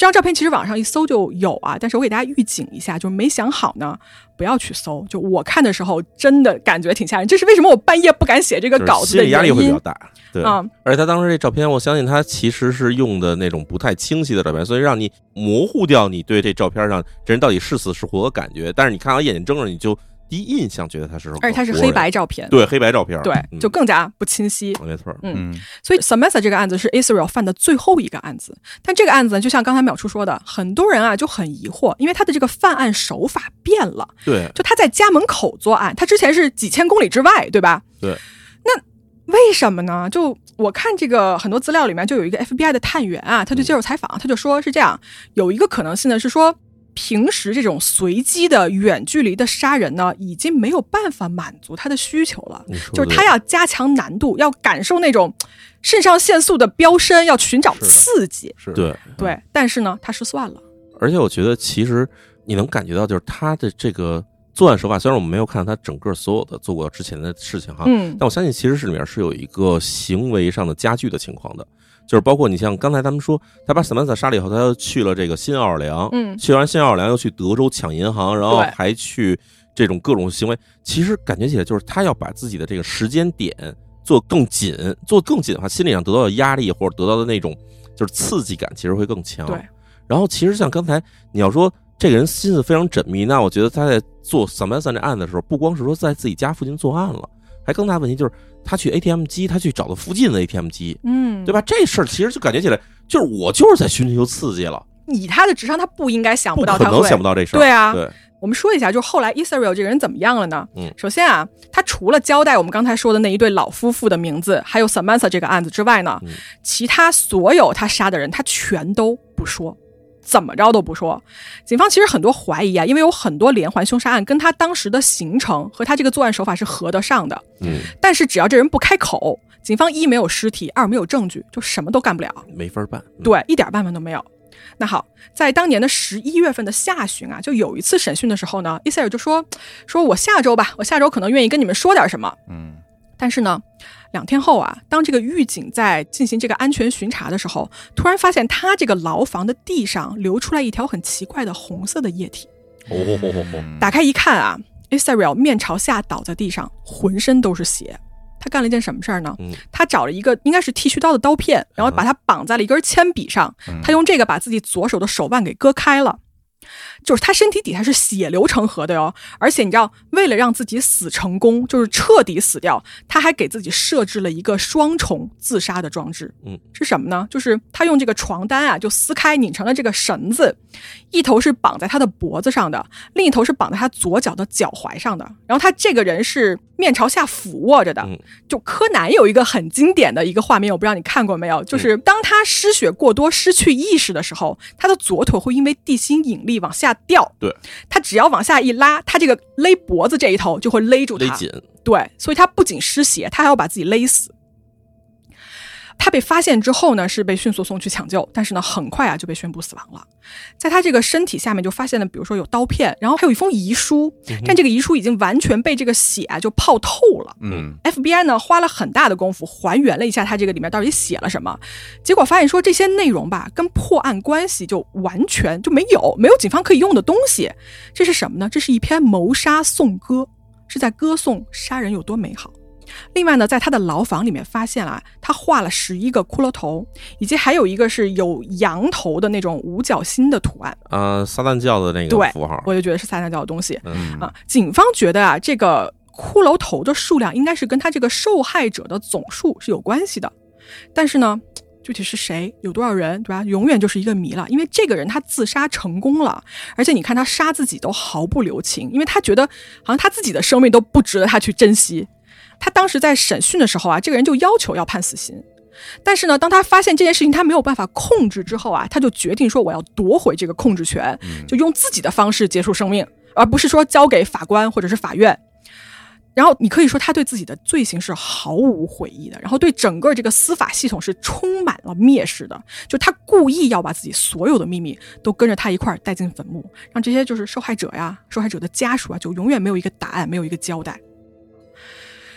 这张照片其实网上一搜就有啊，但是我给大家预警一下，就是没想好呢不要去搜。就我看的时候真的感觉挺吓人，这是为什么我半夜不敢写这个稿子的原因， 心理压力会比较大。对、 嗯、 而且他当时这照片我相信他其实是用的那种不太清晰的照片，所以让你模糊掉你对这照片上这人到底是死是活的感觉，但是你看到眼睛睁着你就第一印象觉得他是， 而且它是黑白照片， 对，黑白照片， 对、嗯、就更加不清晰。 没错， 嗯，所以 Samantha 这个案子是 Israel 犯的最后一个案子，但这个案子就像刚才淼叔说的，很多人啊就很疑惑，因为他的这个犯案手法变了。 对， 就他在家门口作案，他之前是几千公里之外，对吧？ 对。 那为什么呢？就我看这个很多资料里面就有一个 F B I 的探员啊，他就接受采访，他就说是这样，有一个可能性呢是说，平时这种随机的远距离的杀人呢，已经没有办法满足他的需求了，就是他要加强难度，要感受那种肾上腺素的飙升，要寻找刺激。 是对对，但是呢，他失算了。 而且我觉得，其实你能感觉到，就是他的这个作案手法，虽然我们没有看到他整个所有的做过之前的事情哈，嗯，但我相信其实是里面是有一个行为上的加剧的情况的。就是包括你像刚才他们说，他把萨曼萨杀了以后，他又去了这个新奥尔良，嗯，去完新奥尔良又去德州抢银行，然后还去这种各种行为，其实感觉起来就是他要把自己的这个时间点做更紧，做更紧的话，心理上得到的压力或者得到的那种就是刺激感，其实会更强。 对。 然后其实像刚才你要说这个人心思非常缜密，那我觉得他在做萨曼萨这案的时候，不光是说在自己家附近作案了。还更大问题就是他去 A T M 机，他去找到附近的 A T M 机，嗯，对吧？这事儿其实就感觉起来就是我就是在寻求刺激了。 以他的智商，他不应该想不到他会， 不可能想不到这事儿。 对啊， 对。 我们说一下，就是后来 Israel 这个人怎么样了呢？嗯，首先啊，他除了交代我们刚才说的那一对老夫妇的名字，还有 Samantha 这个案子之外呢，嗯、其他所有他杀的人，他全都不说。怎么着都不说。警方其实很多怀疑啊，因为有很多连环凶杀案跟他当时的行程和他这个作案手法是合得上的。嗯，但是只要这人不开口，警方一没有尸体，二没有证据，就什么都干不了， 没法办。 嗯、对，一点办法都没有。那好，在当年的十一月份的下旬啊，就有一次审讯的时候呢，伊塞尔就说说我下周吧，我下周可能愿意跟你们说点什么。嗯，但是呢。两天后啊，当这个狱警在进行这个安全巡查的时候，突然发现他这个牢房的地上流出来一条很奇怪的红色的液体。哦，打开一看啊 Israel 面朝下倒在地上，浑身都是血。他干了一件什么事儿呢？嗯、他找了一个应该是剃须刀的刀片，然后把它绑在了一根铅笔上，嗯、他用这个把自己左手的手腕给割开了。就是他身体底下是血流成河的哟，而且你知道，为了让自己死成功，就是彻底死掉，他还给自己设置了一个双重自杀的装置。嗯，是什么呢？就是他用这个床单啊，就撕开拧成了这个绳子，一头是绑在他的脖子上的，另一头是绑在他左脚的脚踝上的。然后他这个人是面朝下俯卧着的。嗯、就柯南有一个很经典的一个画面，我不知道你看过没有，就是当他失血过多失去意识的时候，他的左腿会因为地心引力往下掉， 对， 他只要往下一拉，他这个勒脖子这一头就会勒住他， 勒紧， 对，所以他不仅失血，他还要把自己勒死。他被发现之后呢，是被迅速送去抢救，但是呢，很快啊就被宣布死亡了。在他这个身体下面就发现了，比如说有刀片，然后还有一封遗书，嗯、但这个遗书已经完全被这个血啊就泡透了。嗯 ，F B I 呢花了很大的功夫还原了一下他这个里面到底写了什么，结果发现说这些内容吧跟破案关系就完全就没有，没有警方可以用的东西。这是什么呢？这是一篇谋杀颂歌，是在歌颂杀人有多美好。另外呢，在他的牢房里面发现了他画了十一个骷髅头，以及还有一个是有羊头的那种五角星的图案。呃， 撒旦教的那个符号， 我就觉得是撒旦教的东西。嗯啊，警方觉得啊，这个骷髅头的数量应该是跟他这个受害者的总数是有关系的，但是呢，具体是谁，有多少人，对吧？永远就是一个谜了。因为这个人他自杀成功了，而且你看他杀自己都毫不留情，因为他觉得好像他自己的生命都不值得他去珍惜。他当时在审讯的时候啊，这个人就要求要判死刑，但是呢，当他发现这件事情他没有办法控制之后啊，他就决定说我要夺回这个控制权，就用自己的方式结束生命，而不是说交给法官或者是法院。然后你可以说他对自己的罪行是毫无悔意的，然后对整个这个司法系统是充满了蔑视的，就他故意要把自己所有的秘密都跟着他一块带进坟墓，让这些就是受害者呀、受害者的家属啊，就永远没有一个答案，没有一个交代。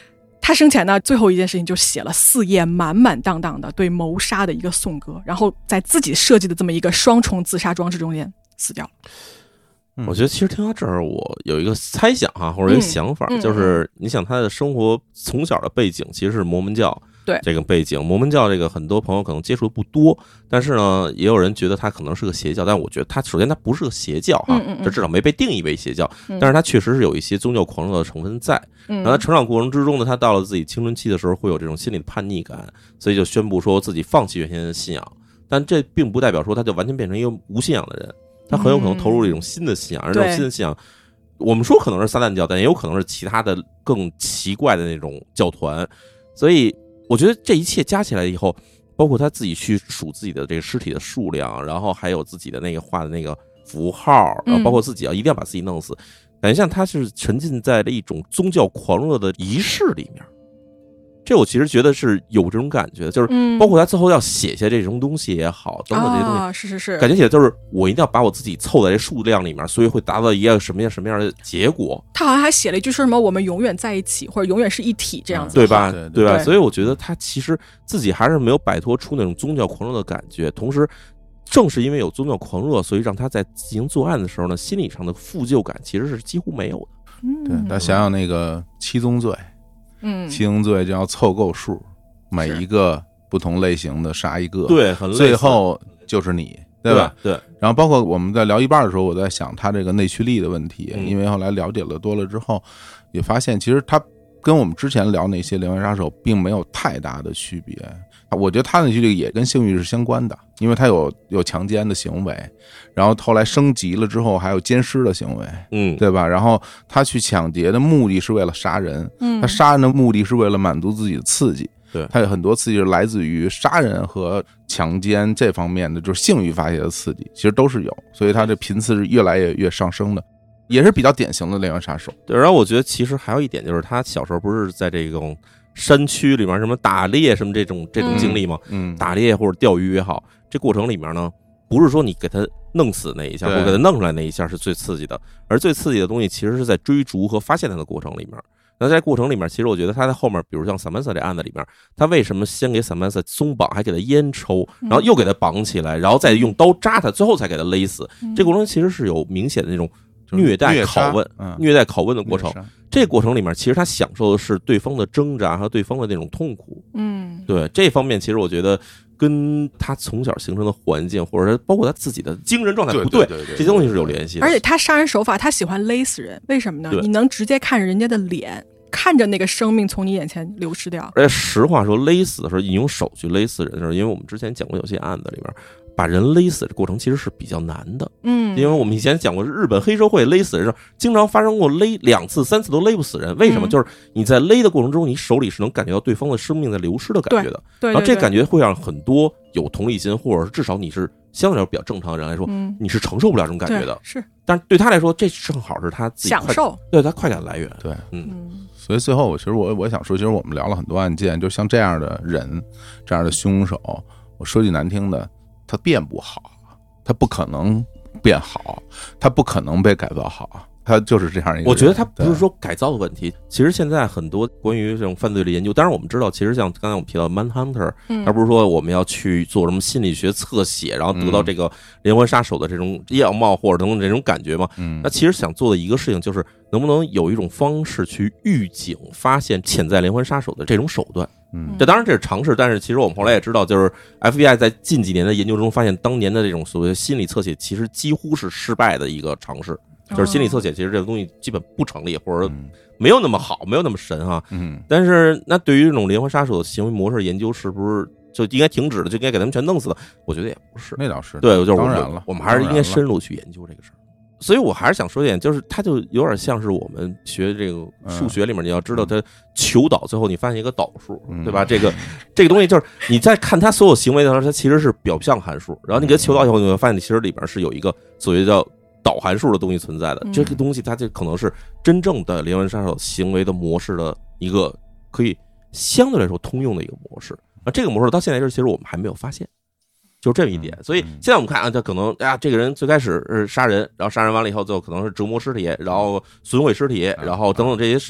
他生前呢，最后一件事情就写了四页满满当当的对谋杀的一个颂歌，然后在自己设计的这么一个双重自杀装置中间死掉了。 我觉得其实听到这儿，我有一个猜想哈，或者一个想法， 嗯嗯、 就是你想他的生活从小的背景其实是摩门教。 对这个背景，摩门教这个很多朋友可能接触不多，但是呢，也有人觉得它可能是个邪教，但我觉得它首先它不是个邪教哈， 嗯嗯嗯这至少没被定义为邪教，嗯、但是它确实是有一些宗教狂热的成分在。 嗯、 然后他成长过程之中呢，他到了自己青春期的时候，会有这种心理的叛逆感，所以就宣布说自己放弃原先的信仰，但这并不代表说他就完全变成一个无信仰的人，他很有可能投入了一种新的信仰，而这种新的信仰，我们说可能是撒旦教，但也有可能是其他的更奇怪的那种教团，所以。我觉得这一切加起来以后，包括他自己去数自己的这个尸体的数量，然后还有自己的那个画的那个符号，然后包括自己要一定要把自己弄死，感觉像他是沉浸在了一种宗教狂热的仪式里面。这我其实觉得是有这种感觉，就是包括他最后要写下这种东西也好，等等这些东西， 啊、是是是， 感觉起来就是我一定要把我自己凑在这数量里面，所以会达到一个什么样什么样的结果。 他好像还写了一句说什么我们永远在一起，或者永远是一体这样子、 嗯，对吧？ 对 对, 对吧？所以我觉得他其实自己还是没有摆脱出那种宗教狂热的感觉，同时正是因为有宗教狂热，所以让他在进行作案的时候呢，心理上的负疚感其实是几乎没有的。 嗯， 对，大家想想那个七宗罪， 嗯， 七宗罪就要凑够数。每一个不同类型的杀一个， 对，很累， 最后就是你，对吧？ 对。 然后包括我们在聊一半的时候，我在想他这个内驱力的问题， 嗯、 因为后来了解了多了之后，也发现其实他跟我们之前聊那些连环杀手并没有太大的区别。我觉得他的内驱力也跟性欲是相关的，因为他有有强奸的行为，然后后来升级了之后还有奸尸的行为， 嗯， 对吧？然后他去抢劫的目的是为了杀人， 嗯， 他杀人的目的是为了满足自己的刺激。 对， 它有很多刺激是来自于杀人和强奸这方面的，就是性欲发泄的刺激，其实都是有，所以它这频次是越来越越上升的，也是比较典型的连环杀手。 对，然后我觉得其实还有一点就是，他小时候不是在这种山区里面什么打猎什么这种这种经历吗？ 嗯， 打猎或者钓鱼也好，这过程里面呢，不是说你给他弄死那一下，或者给他弄出来那一下是最刺激的，而最刺激的东西其实是在追逐和发现他的过程里面。那在过程里面，其实我觉得他在后面，比如像萨曼萨这案子里面，他为什么先给萨曼萨松绑，还给他烟抽，然后又给他绑起来，然后再用刀扎他，最后才给他勒死？这过程其实是有明显的那种虐待拷问、虐待拷问的过程。这个过程里面，其实他享受的是对方的挣扎和对方的那种痛苦。 嗯， 对这方面，其实我觉得跟他从小形成的环境，或者是包括他自己的精神状态不对，这些东西是有联系的。 而且他杀人手法，他喜欢勒死人，为什么呢？你能直接看着人家的脸，看着那个生命从你眼前流失掉。 而且实话说，勒死的时候，你用手去勒死人的时候，因为我们之前讲过有些案子里面，把人勒死的过程其实是比较难的。 嗯， 因为我们以前讲过，日本黑社会勒死人，经常发生过勒两次、三次都勒不死人。为什么？ 嗯、 就是你在勒的过程中，你手里是能感觉到对方的生命在流失的感觉的。 对，对对对， 然后这感觉会让很多有同理心，或者是至少你是相对来说比较正常的人来说， 嗯、 你是承受不了这种感觉的。 是， 但是对他来说，这正好是他自己享受， 对他快感来源。 对， 嗯。 所以最后，我其实我我想说，其实我们聊了很多案件，就像这样的人，这样的凶手，我说句难听的，他变不好，他不可能变好，他不可能被改造好，他就是这样一个人。 我觉得他不是说改造的问题，其实现在很多关于这种犯罪的研究，当然我们知道，其实像刚才我们提到 Manhunter， 他不是说我们要去做什么心理学侧写，然后得到这个连环杀手的这种样貌或者等等这种感觉吗？ 嗯， 那其实想做的一个事情就是，能不能有一种方式去预警发现潜在连环杀手的这种手段？ 嗯， 这当然这是尝试，但是其实我们后来也知道，就是 F B I 在近几年的研究中发现，当年的这种所谓的心理侧写其实几乎是失败的一个尝试。就是心理侧写，其实这个东西基本不成立，或者没有那么好，没有那么神哈。 嗯。 但是，那对于这种连环杀手的行为模式研究，是不是就应该停止了？就应该给他们全弄死了？我觉得也不是。 那倒是。 对，就是我们当然了， 我们还是应该深入去研究这个事儿。所以我还是想说一点，就是它就有点像是我们学这个数学里面，你要知道它求导，最后你发现一个导数，对吧？这个这个东西就是你在看它所有行为的时候，它其实是表象函数，然后你给它求导以后，你会发现其实里边是有一个所谓叫导函数的东西存在的。这个东西它就可能是真正的连环杀手行为的模式的一个可以相对来说通用的一个模式。啊，这个模式到现在是其实我们还没有发现。就这么一点，所以现在我们看啊，他可能啊，这个人最开始是杀人，然后杀人完了以后，最后可能是折磨尸体，然后损毁尸体，然后等等这些事情，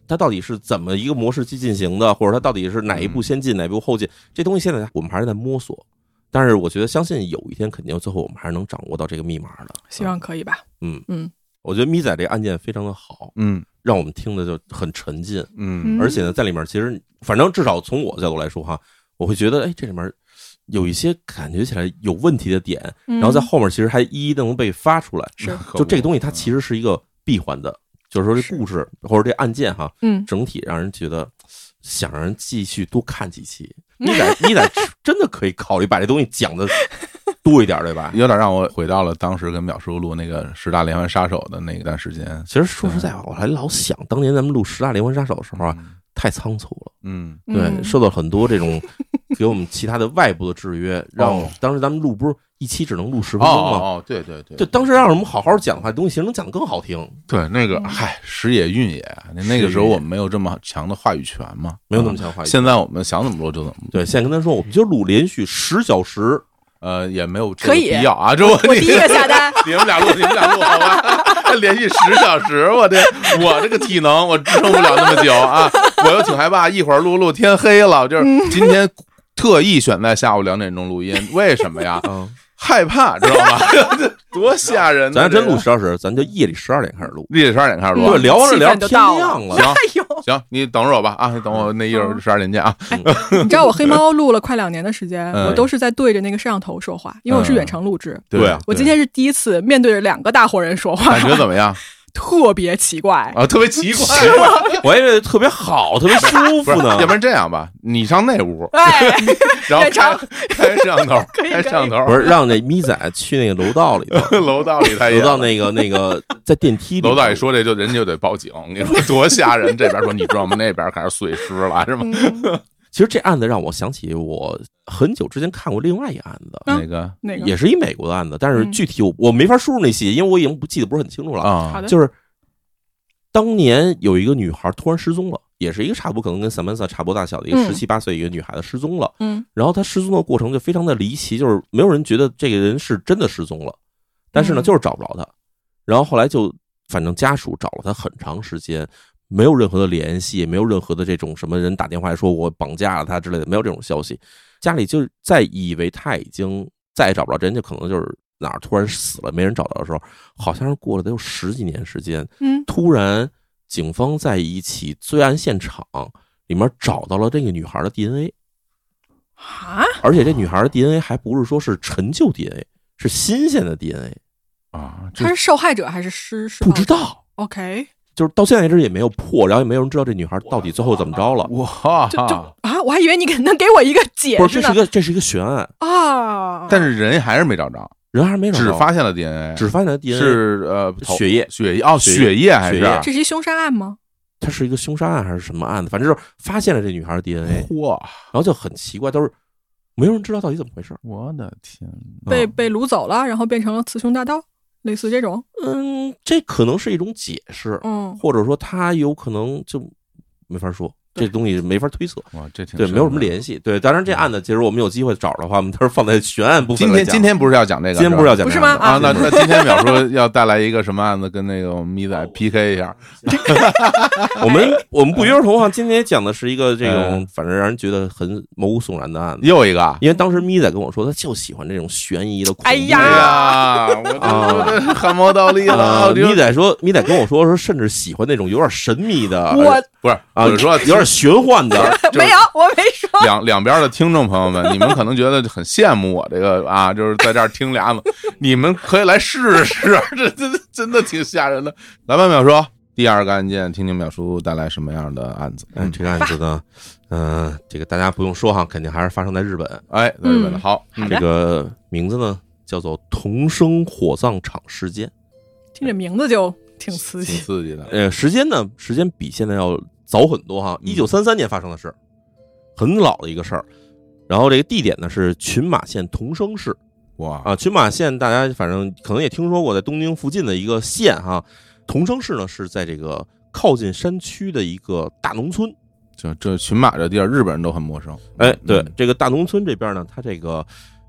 它到底是怎么一个模式去进行的，或者它到底是哪一步先进、嗯、哪一步后进，这东西现在我们还是在摸索。但是我觉得相信有一天肯定最后我们还是能掌握到这个密码的， 希望可以吧。 嗯嗯， 我觉得咪仔这个案件非常的好， 嗯， 让我们听的就很沉浸， 嗯， 而且呢，在里面其实反正至少从我的角度来说哈，我会觉得哎，这里面有一些感觉起来有问题的点， 嗯、 然后在后面其实还一一能被发出来， 是， 就这个东西它其实是一个闭环的，就是说这故事或者这案件哈， 嗯， 整体让人觉得想让人继续多看几期。你得你得真的可以考虑把这东西讲的多一点，对吧？ 有点让我回到了当时跟淼叔录那个十大连环杀手的那一段时间。 其实说实在话，我还老想当年咱们录十大连环杀手的时候啊，嗯、太仓促了。 嗯， 对，受到很多这种给我们其他的外部的制约，让当时咱们录不是一期只能录十分钟吗？ 哦，对对对， 就当时让我们好好讲的话，东西其实能讲得更好听。 对，那个嗨，时也运也，那个时候我们没有这么强的话语权嘛， 没有那么强话语权。 现在我们想怎么录就怎么录。 对，现在跟他说，我们就录连续十小时。 呃，也没有可以必要啊！这我我第一个下单， 你们俩录，你们俩录好吧？连续十小时，我这我这个体能我支撑不了那么久啊！我又挺害怕，一会儿录录天黑了，就是今天特意选在下午两点钟录音，为什么呀？嗯，害怕，知道吗？多吓人！ 咱真录十小时，咱就夜里十二点开始录， 夜里十二点开始录， 对，聊着聊着天亮了。 行行，你等着我吧啊！等我那一会儿十二点见啊！ 你知道我黑猫录了快两年的时间，我都是在对着那个摄像头说话，因为我是远程录制。 对啊， 我今天是第一次面对着两个大活人说话， 感觉怎么样？ 特别奇怪啊，特别奇怪， 我还以为特别好，特别舒服呢。 要不然这样吧，你上那屋， 哎， 然后开开摄像头，开摄像头， 不是让那咪仔去那个楼道里头， 楼道里他楼道那个那个在电梯里， 楼道里说这就人家就得报警，你说多吓人！这边说你知道吗？那边开始碎尸了，是吗？ 其实这案子让我想起我很久之前看过另外一案子， 哪个？ 哪个？ 也是一美国的案子，但是具体我我没法输入那细节，因为我已经不记得不是很清楚了啊。 就是当年有一个女孩突然失踪了，也是一个差不多可能跟萨曼萨差不多大小的一个十七八岁一个女孩子失踪了， 嗯， 然后她失踪的过程就非常的离奇，就是没有人觉得这个人是真的失踪了，但是呢就是找不着她，然后后来就反正家属找了她很长时间。没有任何的联系，也没有任何的这种什么人打电话说我绑架了他之类的，没有这种消息。家里就在以为他已经再也找不着，人家可能就是哪儿突然死了，没人找到的时候，好像是过了得有十几年时间， 嗯， 突然警方在一起罪案现场里面找到了这个女孩的 D N A， 啊， 而且这女孩的 D N A 还不是说是陈旧 D N A， 是新鲜的 D N A 啊， 他是受害者还是施施？ 不知道 ，OK。 就是到现在为止也没有破，然后也没有人知道这女孩到底最后怎么着了。 哇， 就就啊，我还以为你能给我一个解释呢。 不是，这是一个这是一个悬案啊， 但是人还是没找着， 人还是没找着， 只发现了 D N A， 只发现了 D N A 是呃血液血液哦血液还是这是一凶杀案吗？ 它是一个凶杀案还是什么案子？反正就是发现了这女孩的 D N A， 哇， 然后就很奇怪，都是没有人知道到底怎么回事。 我的天， 被被掳走了，然后变成了雌雄大盗。类似这种， 嗯，这可能是一种解释， 嗯， 或者说他有可能就没法说，这东西没法推测， 哇，这挺对，没有什么联系，对，当然这案子其实我们有机会找的话，我们都是放在悬案部分。 今天今天不是要讲这个， 今天不是要讲这个不是吗？ 啊，那那今天淼叔要带来一个什么案子，跟那个我们咪仔 P K 一下。 我们我们不约而同啊，今天讲的是一个这种反正让人觉得很毛骨悚然的案子， 又一个， 因为当时咪仔跟我说，他就喜欢这种悬疑的恐怖。 哎呀，我这汗毛倒立了。 咪仔说，咪仔跟我说说，甚至喜欢那种有点神秘的， 我不是啊， 我是说有点玄幻的。 没有，我没说。 两两边的听众朋友们，你们可能觉得很羡慕我这个啊，就是在这儿听俩子，你们可以来试试，这这真的挺吓人的。来吧，淼叔，第二个案件，听听淼叔带来什么样的案子？ 嗯，这个案子呢，嗯、呃，这个大家不用说哈，肯定还是发生在日本。 哎，在日本的、嗯、好， 嗯、 这个名字呢叫做桐生火葬场事件， 听这名字就挺刺激， 挺刺激的。 呃，时间呢，时间比现在要早很多哈，一九三三年发生的事，很老的一个事儿。然后这个地点呢是群马县桐生市。 哇啊，群马县大家反正可能也听说过，在东京附近的一个县哈。桐生市呢是在这个靠近山区的一个大农村。 这这群马这地儿，日本人都很陌生。 哎，对，这个大农村这边呢，它这个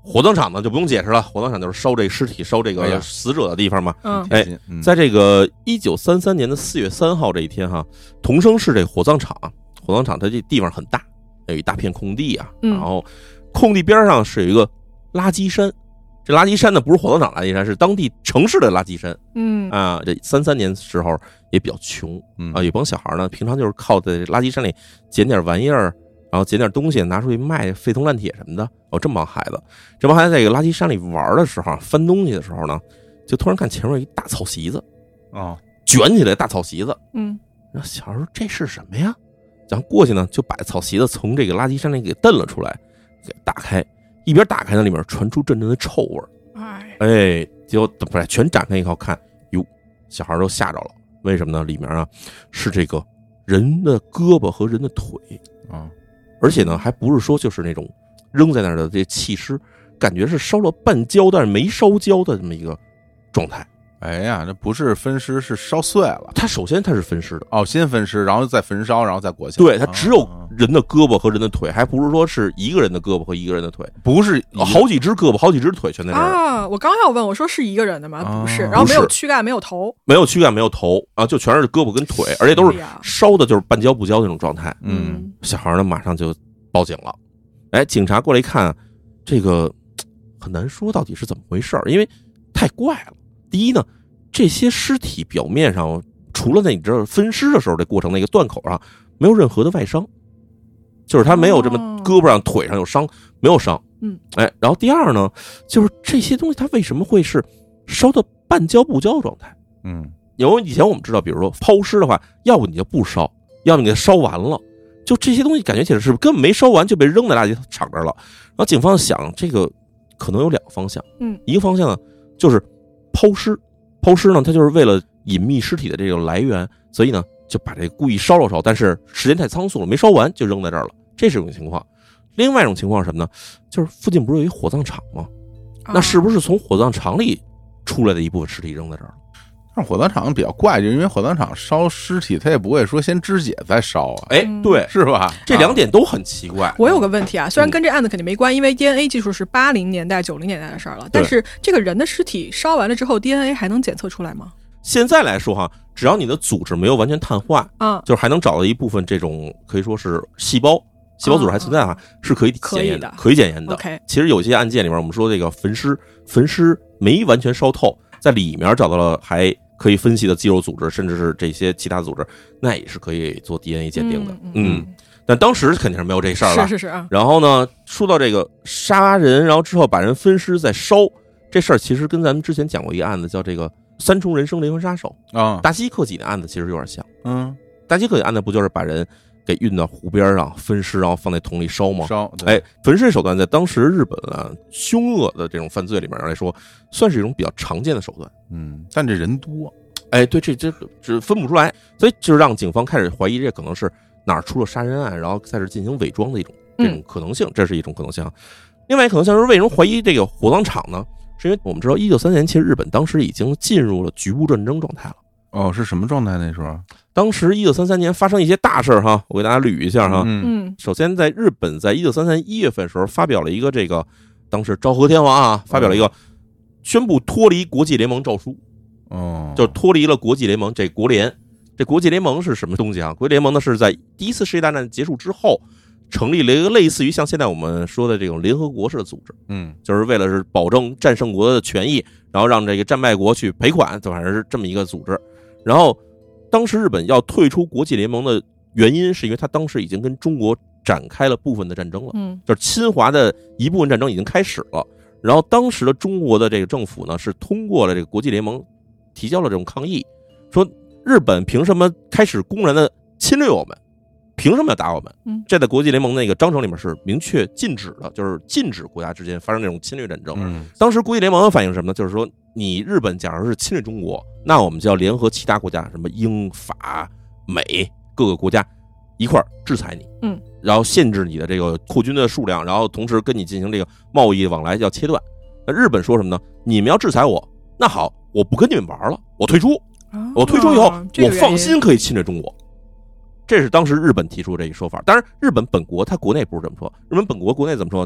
火葬场呢就不用解释了，火葬场就是烧这尸体、烧这哎呀个死者的地方嘛。 嗯， 哎， 嗯在这个一九三三年的四月三号这一天哈，同生市这个火葬场，火葬场它这地方很大，有一大片空地啊， 嗯然后空地边上是有一个垃圾山。这垃圾山呢，不是火葬场垃圾山，是当地城市的垃圾山。 嗯啊，这三三年时候也比较穷嗯啊，有帮小孩呢，平常就是靠在垃圾山里捡点玩意儿，然后捡点东西拿出去卖，废铜烂铁什么的。哦，这么帮孩子，这帮孩子在这个垃圾山里玩的时候，翻东西的时候呢，就突然看前面有一大草席子， 哦， 卷起来大草席子。 嗯， 然后小孩说这是什么呀？然后过去呢，就把草席子从这个垃圾山里给蹬了出来，给打开。一边打开呢，里面传出阵阵的臭味儿， 哎， 哎，结果不是全展开一看，看哟，小孩都吓着了。为什么呢？里面啊是这个人的胳膊和人的腿啊， 而且呢还不是说就是那种扔在那儿的这弃尸，感觉是烧了半焦但是没烧焦的这么一个状态。 哎呀，这不是分尸，是烧碎了。 它首先它是分尸的， 哦，先分尸，然后再焚烧，然后再裹起来。 对，它只有啊人的胳膊和人的腿，还不是说是一个人的胳膊和一个人的腿， 不是一个好几只胳膊、好几只腿全在这儿。 啊，我刚要问，我说是一个人的吗？ 啊不是，然后没有不是躯干，没有头。 没有躯干，没有头啊，就全是胳膊跟腿，而且都是哎呀烧的，就是半焦不焦那种状态。 嗯， 小孩呢马上就报警了。哎，警察过来一看，这个很难说到底是怎么回事，因为太怪了。第一呢，这些尸体表面上除了那你知道分尸的时候这过程那个断口上没有任何的外伤，就是他没有这么哦胳膊上、腿上有伤，没有伤。 嗯， 哎，然后第二呢，就是这些东西它为什么会是烧的半焦不焦状态？ 嗯， 因为以前我们知道，比如说抛尸的话，要不你就不烧，要不你给它烧完了。就这些东西感觉起来是根本没烧完就被扔在垃圾场这儿了。然后警方想，这个可能有两个方向。 嗯， 一个方向呢就是抛尸，抛尸呢它就是为了隐秘尸体的这个来源，所以呢就把这个故意烧了烧，但是时间太仓促了，没烧完就扔在这儿了，这是一种情况。另外一种情况是什么呢？就是附近不是有一火葬场吗？那是不是从火葬场里出来的一部分尸体扔在这儿了？ 但是火葬场比较怪，就因为火葬场烧尸体，他也不会说先肢解再烧啊， 哎，对， 是吧？ 这两点都很奇怪。 我有个问题啊，虽然跟这案子肯定没关，因为 D N A 技术是八零年代、九零年代的事儿了，但是这个人的尸体烧完了之后 ，D N A 还能检测出来吗？ 现在来说哈，只要你的组织没有完全碳化， 啊， 就是还能找到一部分这种可以说是细胞。细胞组织还存在哈，是可以检验的， 可以检验的。 OK， 其实有些案件里面，我们说这个焚尸，焚尸没完全烧透，在里面找到了还可以分析的肌肉组织，甚至是这些其他组织，那也是可以做 D N A 鉴定的。 嗯， 嗯但当时肯定是没有这事儿了。 是是是啊。 然后呢，说到这个杀人，然后之后把人分尸再烧这事儿，其实跟咱们之前讲过一个案子，叫这个三重人生连环杀手啊， 达基克己的案子，其实有点像。 嗯， 达基克己案子不就是把人给运到湖边上分尸，然后放在桶里烧吗？ 烧， 哎，焚尸手段在当时日本啊凶恶的这种犯罪里面来说，算是一种比较常见的手段。 嗯，但这人多， 哎，对，这这这分不出来，所以就让警方开始怀疑这可能是哪儿出了杀人案，然后在这进行伪装的一种这种可能性，这是一种可能性。另外一个可能性是为什么怀疑这个火葬场呢？是因为我们知道一九三年其实日本当时已经进入了局部战争状态了。 哦，是什么状态那时候？ 当时一九三三年发生一些大事哈，我给大家捋一下哈。 嗯嗯， 首先在日本，在一九三三一月份的时候发表了一个这个，当时昭和天皇啊发表了一个宣布脱离国际联盟诏书， 哦， 就脱离了国际联盟这国联。这国际联盟是什么东西啊？国际联盟呢是在第一次世界大战结束之后，成立了一个类似于像现在我们说的这种联合国式的组织， 嗯， 就是为了是保证战胜国的权益，然后让这个战败国去赔款，反正是这么一个组织。然后当时日本要退出国际联盟的原因，是因为他当时已经跟中国展开了部分的战争了， 嗯， 就是侵华的一部分战争已经开始了。然后当时的中国的这个政府呢，是通过了这个国际联盟提交了这种抗议，说日本凭什么开始公然的侵略我们，凭什么要打我们？ 嗯， 这在国际联盟那个章程里面是明确禁止的，就是禁止国家之间发生这种侵略战争。 嗯， 当时国际联盟的反应是什么呢？就是说，你日本假如是侵略中国，那我们就要联合其他国家，什么英法美各个国家一块儿制裁你， 嗯， 然后限制你的这个扩军的数量，然后同时跟你进行这个贸易往来要切断。那日本说什么呢？你们要制裁我，那好，我不跟你们玩了，我退出。我退出以后， 哦这我个原因放心可以侵略中国。这是当时日本提出这一说法。当然，日本本国它国内不是这么说，日本本国国内怎么说？就是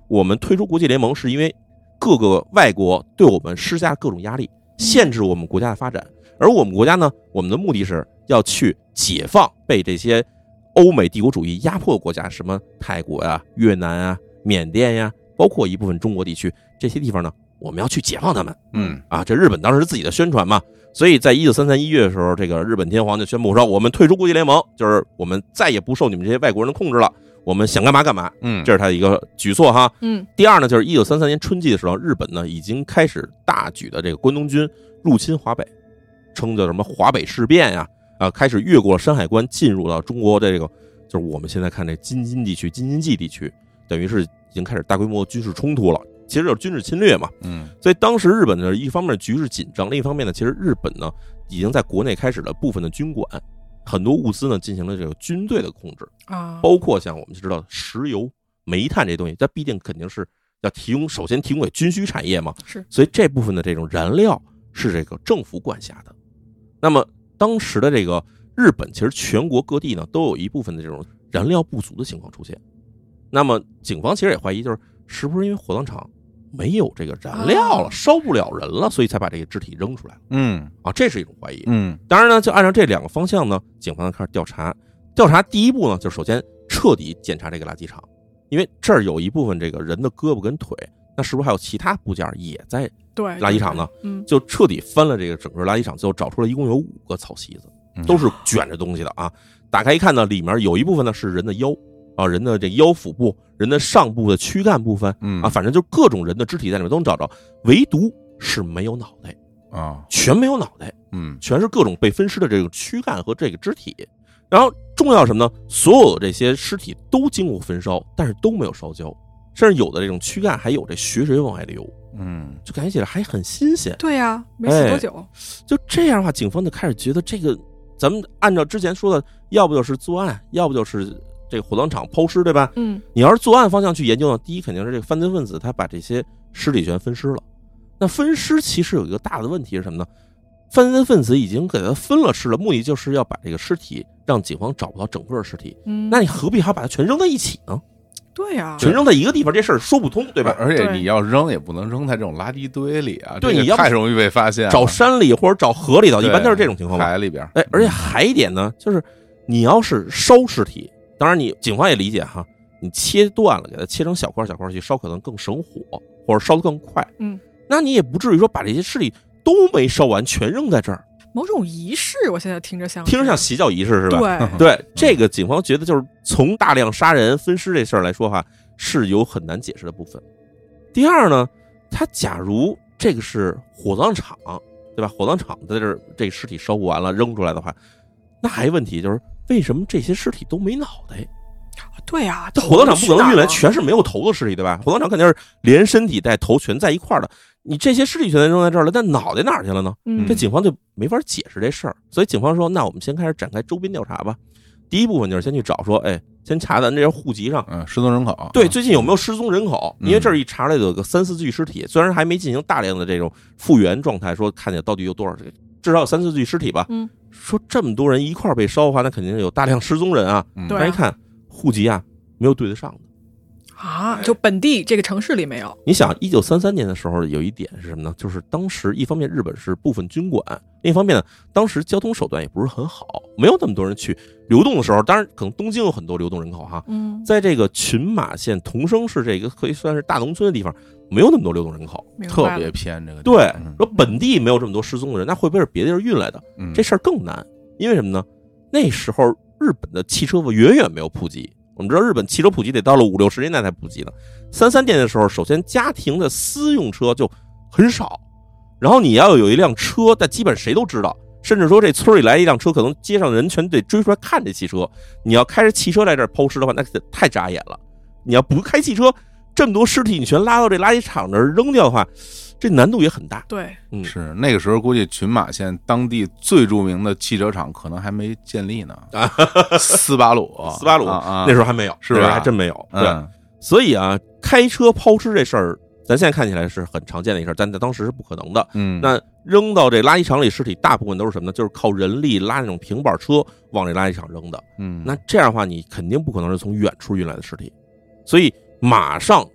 我们退出国际联盟是因为各个外国对我们施加各种压力，限制我们国家的发展。而我们国家呢，我们的目的是要去解放被这些欧美帝国主义压迫的国家，什么泰国呀、越南啊、缅甸呀，包括一部分中国地区这些地方呢，我们要去解放他们。 嗯啊，这日本当时自己的宣传嘛，所以在一九三三一月的时候，这个日本天皇就宣布说，我们退出国际联盟，就是我们再也不受你们这些外国人的控制了，我们想干嘛干嘛。 嗯， 这是他的一个举措哈。 嗯， 第二呢，就是一九三三年春季的时候，日本呢已经开始大举的这个关东军入侵华北，称叫什么华北事变呀，啊，开始越过了山海关，进入到中国的这个，就是我们现在看这京津地区、京津冀地区，等于是已经开始大规模军事冲突了。其实就是军事侵略嘛， 嗯， 所以当时日本呢，一方面局势紧张，另一方面呢，其实日本呢已经在国内开始了部分的军管，很多物资呢进行了这个军队的控制啊， 包括像我们知道的石油、煤炭这东西，它必定肯定是要提供，首先提供给军需产业嘛， 是， 所以这部分的这种燃料是这个政府管辖的。那么当时的这个日本，其实全国各地呢都有一部分的这种燃料不足的情况出现。那么警方其实也怀疑，就是是不是因为火葬场没有这个燃料了，烧不了人了，所以才把这个肢体扔出来了。 嗯啊，这是一种怀疑。 嗯， 当然呢，就按照这两个方向呢，警方开始调查。调查第一步呢，就首先彻底检查这个垃圾场，因为这儿有一部分这个人的胳膊跟腿，那是不是还有其他部件也在对垃圾场呢？ 嗯， 就彻底翻了这个整个垃圾场，最后找出了一共有五个草席子，都是卷着东西的啊。打开一看呢，里面有一部分呢是人的腰啊，人的这腰腹部、人的上部的躯干部分， 嗯啊，反正就各种人的肢体在里面都能找着，唯独是没有脑袋啊， 全没有脑袋， 嗯， 全是各种被分尸的这个躯干和这个肢体。然后重要什么呢？所有的这些尸体都经过焚烧，但是都没有烧焦，甚至有的这种躯干还有这血水往外流， 嗯， 就感觉起来还很新鲜。 对呀、啊，没死多久、 哎，就这样的话，警方就开始觉得这个，咱们按照之前说的，要不就是作案，要不就是这个火葬场抛尸，对吧？ 嗯， 你要是作案方向去研究呢，第一肯定是这个犯罪分子他把这些尸体全分尸了。那分尸其实有一个大的问题是什么呢？犯罪分子已经给他分了尸了，目的就是要把这个尸体让警方找不到整个尸体。 嗯， 那你何必还要把它全扔在一起呢？ 对呀、啊， 全扔在一个地方，这事儿说不通，对吧？ 而且你要扔也不能扔在这种垃圾堆里啊， 对，你要太容易被发现了。 找山里或者找河里头，一般都是这种情况。 海里边， 哎，而且还一点呢，就是你要是烧尸体，当然你警方也理解哈，你切断了，给它切成小块小块去烧，可能更省火，或者烧得更快。 嗯， 那你也不至于说把这些尸体都没烧完全扔在这儿。 某种仪式，我现在听着像听着像邪教仪式是吧？ 对对，这个警方觉得就是从大量杀人分尸这事儿来说哈，是有很难解释的部分。第二呢，他假如这个是火葬场，对吧？火葬场在这儿这个尸体烧不完了扔出来的话，那还有问题就是为什么这些尸体都没脑袋？ 对呀、啊， 这火葬场不可能运来全是没有头的尸体，对吧？火葬场肯定是连身体带头全在一块儿的。你这些尸体全都扔在这儿了，但脑袋哪儿去了呢？ 嗯， 这警方就没法解释这事儿。所以警方说，那我们先开始展开周边调查吧。第一部分就是先去找说，哎，先查咱这些户籍上， 嗯，失踪人口， 对，最近有没有失踪人口？ 嗯、 因为这儿一查来有个三四具尸体，虽然还没进行大量的这种复原状态，说看见到底有多少，至少有三四具尸体吧。 嗯， 说这么多人一块儿被烧的话，那肯定有大量失踪人啊。 嗯、 但一看户籍啊，没有对得上的。 啊，就本地这个城市里没有。 你想，一九三三年的时候，有一点是什么呢？就是当时一方面日本是部分军管，另一方面呢，当时交通手段也不是很好，没有那么多人去流动的时候。当然，可能东京有很多流动人口哈。 嗯， 在这个群马县桐生市这个可以算是大农村的地方，没有那么多流动人口， 特别偏这个地方。 对，说本地没有这么多失踪的人，那会不会是别地儿运来的？ 嗯， 这事儿更难，因为什么呢？那时候日本的汽车远远没有普及。我们知道日本汽车普及得到了五六十年代才普及呢。三三年的时候，首先家庭的私用车就很少，然后你要有一辆车，但基本谁都知道，甚至说这村里来一辆车，可能街上人全得追出来看这汽车。你要开着汽车来这儿抛尸的话，那太扎眼了。你要不开汽车，这么多尸体你全拉到这垃圾场这儿扔掉的话，这难度也很大。 对， 嗯， 是那个时候估计群马县当地最著名的汽车厂可能还没建立呢。斯巴鲁， 斯巴鲁、 啊啊、 那时候还没有， 是吧？ 还真没有。对， 嗯、 所以啊，开车抛尸这事儿，咱现在看起来是很常见的一事儿，但在当时是不可能的。 嗯， 那扔到这垃圾场里，尸体大部分都是什么呢？就是靠人力拉那种平板车往这垃圾场扔的。 嗯， 那这样的话，你肯定不可能是从远处运来的尸体，所以马上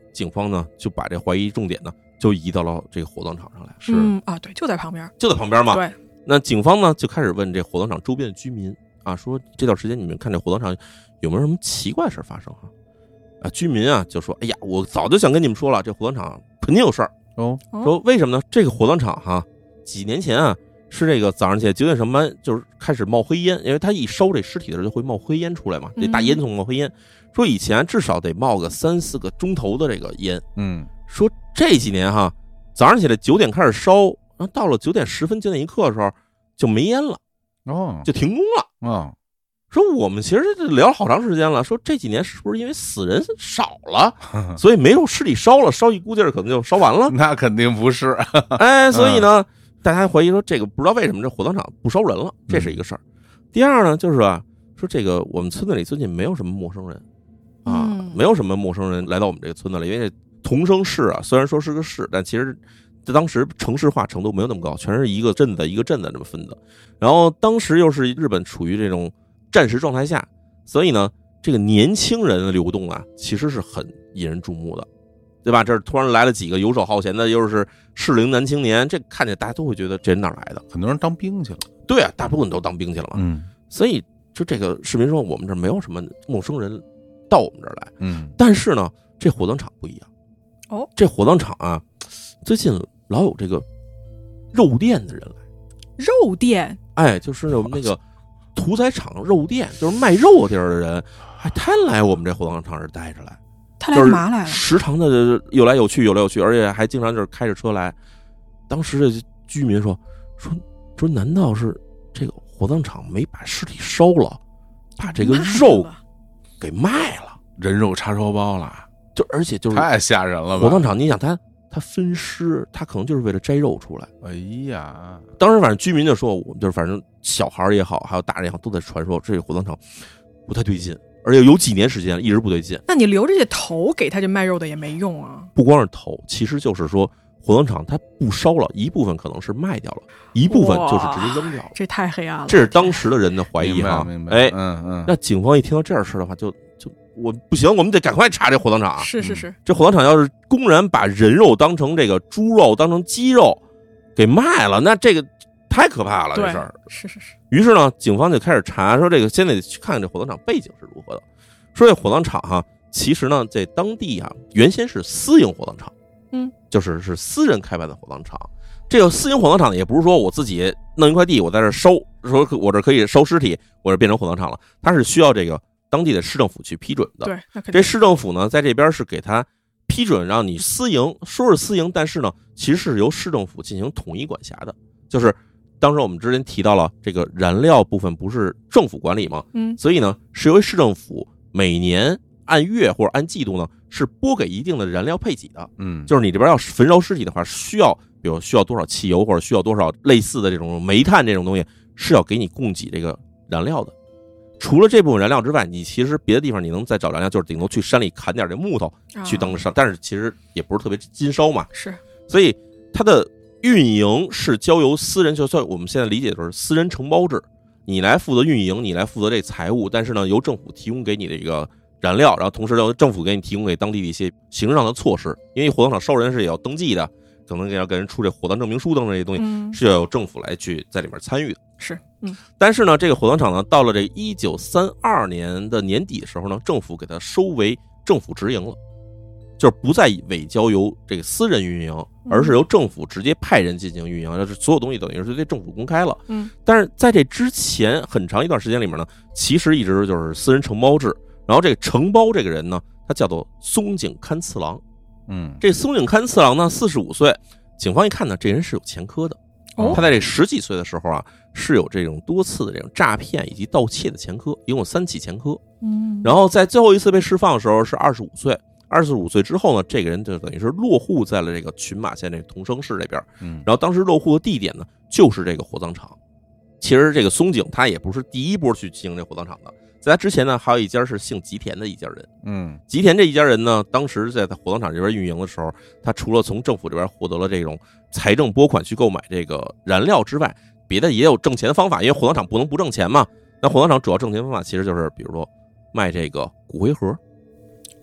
警方呢就把这怀疑重点呢就移到了这个火葬场上来。 是、嗯、啊，对，就在旁边， 就在旁边嘛。 对， 那警方呢就开始问这火葬场周边的居民啊，说这段时间你们看这火葬场有没有什么奇怪的事发生哈？啊，居民啊就说，哎呀，我早就想跟你们说了，这火葬场肯定有事儿哦。 说为什么呢？这个火葬场哈，几年前啊是这个早上起来九点上班就是开始冒黑烟，因为他一烧这尸体的时候就会冒黑烟出来嘛，这大烟囱冒黑烟。说以前至少得冒个三四个钟头的这个烟， 嗯，说这几年哈，早上起来九点开始烧，然后到了九点十分、九点一刻的时候就没烟了， 哦， 就停工了。 哦， 说我们其实聊了好长时间了，说这几年是不是因为死人少了，所以没有尸体烧了，烧一股劲儿可能就烧完了？ 那肯定不是。 哎，所以呢，大家怀疑说这个不知道为什么这火葬场不烧人了，这是一个事儿。第二呢，就是啊，说这个我们村子里最近没有什么陌生人啊，没有什么陌生人来到我们这个村子里，因为这同生市啊，虽然说是个市，但其实在当时城市化程度没有那么高，全是一个镇子一个镇子这么分的。然后当时又是日本处于这种战时状态下，所以呢，这个年轻人的流动啊，其实是很引人注目的，对吧？这突然来了几个游手好闲的，又是适龄男青年，这看见大家都会觉得这人哪来的？ 很多人当兵去了。 对啊，大部分都当兵去了嘛。 嗯， 所以就这个市民说，我们这没有什么陌生人到我们这儿来。 嗯， 但是呢，这火葬场不一样。 哦， 这火葬场啊，最近老有这个肉店的人来。 肉店？ 哎，就是我们那个屠宰场肉店，就是卖肉地儿的人，还他来我们这火葬场这待着来。 他来干嘛来了？ 时常的有来有去，有来有去，而且还经常就是开着车来。当时的居民说说说，难道是这个火葬场没把尸体烧了，把这个肉给卖了， 人肉叉烧包了？ 就而且就是太吓人了吧！ 火葬场，你想他他分尸，他可能就是为了摘肉出来。 哎呀， 当时反正居民就说，我们就是反正小孩也好，还有大人也好，都在传说这个火葬场不太对劲，而且有几年时间一直不对劲。 那你留这些头给他这卖肉的也没用啊。 不光是头，其实就是说火葬场它不烧了，一部分可能是卖掉了，一部分就是直接扔掉了。 这太黑暗了， 这是当时的人的怀疑哈。哎， 嗯嗯， 那警方一听到这样事的话，就就我不行，我们得赶快查这火葬场啊！ 是是是， 这火葬场要是公然把人肉当成这个猪肉、当成鸡肉给卖了，那这个太可怕了，这事儿。 是是是。 于是呢，警方就开始查，说这个现在得去看看这火葬场背景是如何的。说这火葬场哈，其实呢，在当地啊，原先是私营火葬场， 嗯， 就是是私人开办的火葬场。这个私营火葬场也不是说我自己弄一块地，我在这烧，说我这可以烧尸体，我这变成火葬场了，它是需要这个当地的市政府去批准的。 对，那肯定。 这市政府呢，在这边是给他批准让你私营，说是私营，但是呢，其实是由市政府进行统一管辖的。就是当时我们之前提到了这个燃料部分不是政府管理吗？ 嗯， 所以呢，是由市政府每年按月或者按季度呢，是拨给一定的燃料配给的。 嗯， 就是你这边要焚烧尸体的话，需要比如需要多少汽油或者需要多少类似的这种煤炭这种东西，是要给你供给这个燃料的。除了这部分燃料之外，你其实别的地方你能再找燃料，就是顶多去山里砍点这木头去当着烧，但是其实也不是特别金烧嘛。 是， 所以它的运营是交由私人，就算我们现在理解的就是私人承包制，你来负责运营，你来负责这财务，但是呢，由政府提供给你的一个燃料，然后同时由政府给你提供给当地的一些行政上的措施，因为火葬场烧人是也要登记的，可能要给人出这火葬证明书等等这些东西， 嗯、 是要有政府来去在里面参与的。 是，嗯， 但是呢，这个火葬场呢，到了这一九三二年的年底的时候呢，政府给它收为政府直营了，就是不再委交由这个私人运营，而是由政府直接派人进行运营，就是所有东西等于是对政府公开了。 嗯， 但是在这之前很长一段时间里面呢，其实一直就是私人承包制。然后这个承包这个人呢，他叫做松井勘次郎。 嗯， 这松井勘次郎呢，四十五岁，警方一看呢，这人是有前科的。 哦， 他在这十几岁的时候啊，是有这种多次的这种诈骗以及盗窃的前科，一共有三起前科。 嗯， 然后在最后一次被释放的时候是二十五岁，二十五岁之后呢，这个人就等于是落户在了这个群马县这个同生市这边。 嗯， 然后当时落户的地点呢，就是这个火葬场。其实这个松井他也不是第一波去经营这火葬场的，在他之前呢，还有一家是姓吉田的一家人。 嗯， 吉田这一家人呢，当时在火葬场这边运营的时候，他除了从政府这边获得了这种财政拨款去购买这个燃料之外，别的也有挣钱的方法，因为火葬场不能不挣钱嘛。那火葬场主要挣钱方法其实就是，比如说卖这个骨灰盒。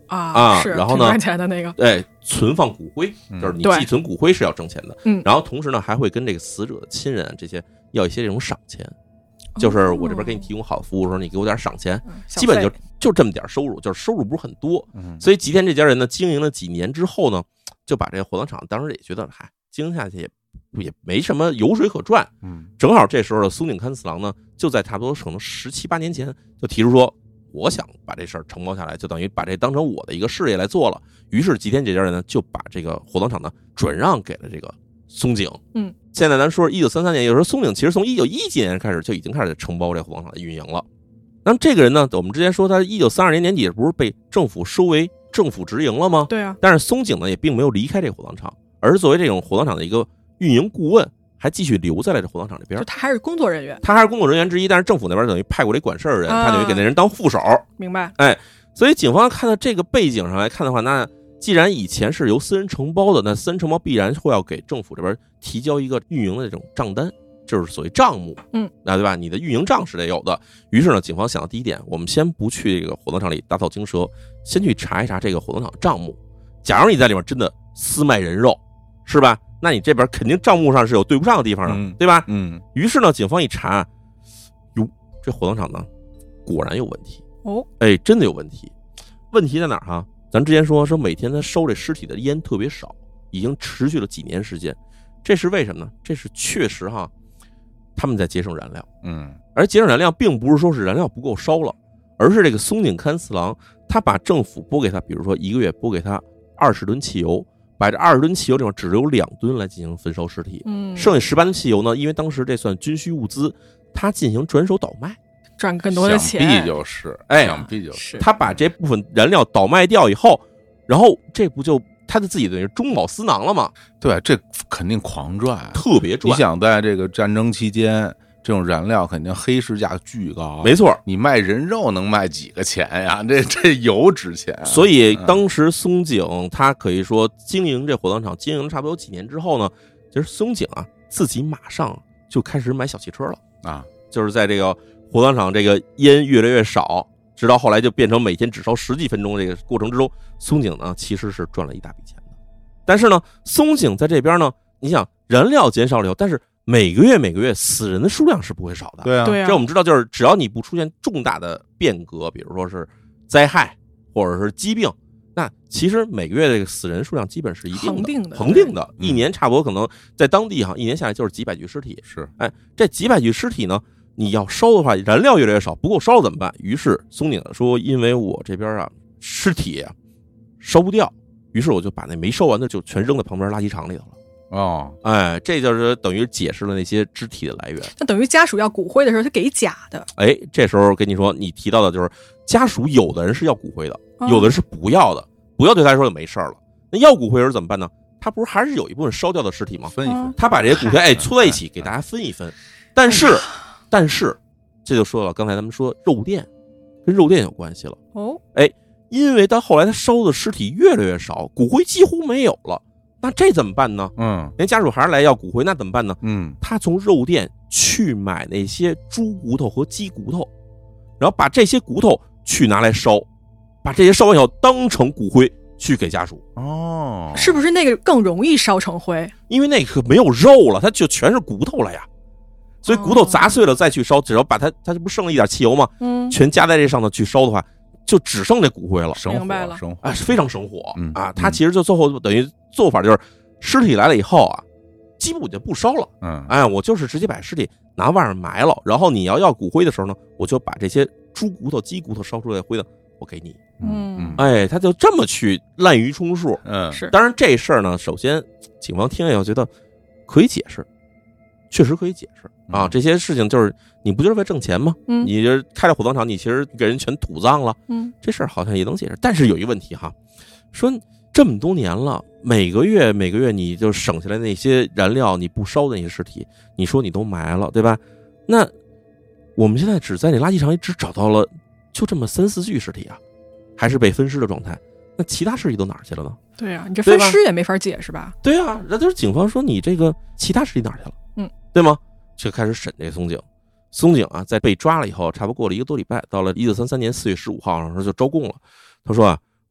啊啊， 是然后呢挺赚钱的那个， 哎，存放骨灰，就是你对寄存骨灰是要挣钱的。 嗯然后同时呢，还会跟这个死者的亲人这些要一些这种赏钱，就是我这边给你提供好的服务的时候，你给我点赏钱， 嗯小基本就费就这么点收入，就是收入不是很多。 嗯所以吉田这家人呢，经营了几年之后呢，就把这个火葬场当时也觉得，嗨，经营下去也也没什么油水可赚。 嗯正好这时候的松井勘次郎呢，就在差不多可能十七八年前就提出说，我想把这事儿承包下来，就等于把这当成我的一个事业来做了。于是吉田这家人呢，就把这个火葬场呢转让给了这个松井。 嗯， 现在咱说一九三三年，有时候松井其实从一九一几年开始就已经开始承包这火葬场的运营了。那么这个人呢，我们之前说他一九三二年年底不是被政府收为政府直营了吗？ 对啊， 但是松井呢也并没有离开这个火葬场，而是作为这种火葬场的一个运营顾问，还继续留在了这火葬场这边就。他还是工作人员， 他还是工作人员之一，但是政府那边等于派过来管事儿的人， 啊他等于给那人当副手。 明白？ 所以警方看到这个背景上来看的话，那既然以前是由私人承包的，那私人承包必然会要给政府这边提交一个运营的这种账单，就是所谓账目， 嗯， 那对吧？你的运营账是得有的。于是呢，警方想到第一点，我们先不去这个火葬场里打草惊蛇，先去查一查这个火葬场账目。假如你在里面真的私卖人肉，是吧？那你这边肯定账目上是有对不上的地方的， 嗯对吧？ 嗯于是呢，警方一查，哟，这火葬场呢，果然有问题。 哦， 哎，真的有问题。问题在哪儿哈？咱之前说说每天他收这尸体的烟特别少，已经持续了几年时间。这是为什么呢？这是确实哈，他们在节省燃料。 嗯而节省燃料并不是说是燃料不够烧了，而是这个松井勘次郎他把政府拨给他，比如说一个月拨给他二十吨汽油，把这二十吨汽油里面只留两吨来进行焚烧尸体， 嗯， 剩下十八吨汽油呢，因为当时这算军需物资，他进行转手倒卖。 赚更多的想钱， 必就是， 哎想必就是， 是他把这部分燃料倒卖掉以后，然后这不就他的自己等于中饱私囊了吗？ 对，这肯定狂赚。 特别赚。 你想在这个战争期间，这种燃料肯定黑市价巨高， 没错。 你卖人肉能卖几个钱呀？这这油值钱啊。 所以当时松井他可以说经营这火葬场经营了差不多有几年之后呢，其实松井啊自己马上就开始买小汽车了啊， 就是在这个火葬场这个烟越来越少，直到后来就变成每天只烧十几分钟这个过程之中，松井呢其实是赚了一大笔钱的。但是呢，松井在这边呢，你想燃料减少了以后，但是每个月每个月死人的数量是不会少的。 对啊， 对啊， 这我们知道，就是只要你不出现重大的变革，比如说是灾害或者是疾病，那其实每个月这个死人数量基本是一定的恒定的恒定的， 对一年差不多可能在当地哈，一年下来就是几百具尸体。 是， 哎，这几百具尸体呢，你要烧的话，燃料越来越少，不够烧了怎么办？于是松井说，因为我这边啊尸体啊烧不掉，于是我就把那没烧完的就全扔在旁边垃圾场里头了。 哦， 哎，这就是等于解释了那些肢体的来源。 那等于家属要骨灰的时候，他给假的， 哎，这时候跟你说，你提到的就是家属，有的人是要骨灰的， 哦有的人是不要的，不要对他来说就没事儿了。那要骨灰的时候怎么办呢？他不是还是有一部分烧掉的尸体吗？ 分一分嗯， 他把这些骨灰哎搓在一起，给大家分一分。但是，但是这就说了，刚才咱们说肉店跟肉店有关系了。 哦， 因为到后来他烧的尸体越来越少，骨灰几乎没有了，那这怎么办呢？ 嗯人家属还是来要骨灰，那怎么办呢？ 嗯， 他从肉店去买那些猪骨头和鸡骨头，然后把这些骨头去拿来烧，把这些烧完以后当成骨灰去给家属。 哦， 是不是那个更容易烧成灰？ 因为那个没有肉了，它就全是骨头了呀。所以骨头砸碎了再去烧，只要把它，它这不剩了一点汽油吗？ 嗯， 全加在这上头去烧的话，就只剩这骨灰了。 生明白了火，生火， 哎，非常省火嗯啊！它其实就最后等于做法就是尸体来了以后啊，基本我就不烧了。 嗯， 哎，我就是直接把尸体拿外面埋了，然后你要要骨灰的时候呢，我就把这些猪骨头、鸡骨头烧出来的灰呢，我给你。 嗯哎，他就这么去滥竽充数。 嗯， 是， 当然这事儿呢，首先警方听了以后觉得可以解释，确实可以解释啊。 嗯这些事情就是你不就是为挣钱吗？ 嗯你就是开了火葬场，你其实给人全土葬了， 嗯这事儿好像也能解释。但是有一个问题哈，说这么多年了，每个月每个月你就省下来那些燃料，你不烧的那些尸体，你说你都埋了，对吧？那我们现在只在那垃圾场里只找到了就这么三四具尸体啊，还是被分尸的状态。那其他尸体都哪儿去了呢？ 对啊，你这对吧分尸也没法解释吧？ 对啊，那就是警方说你这个其他尸体哪儿去了？ 嗯， 对吗？就开始审这个松井。松井啊，在被抓了以后，差不多过了一个多礼拜，到了一九三三年四月十五号，然后就招供了。他说啊，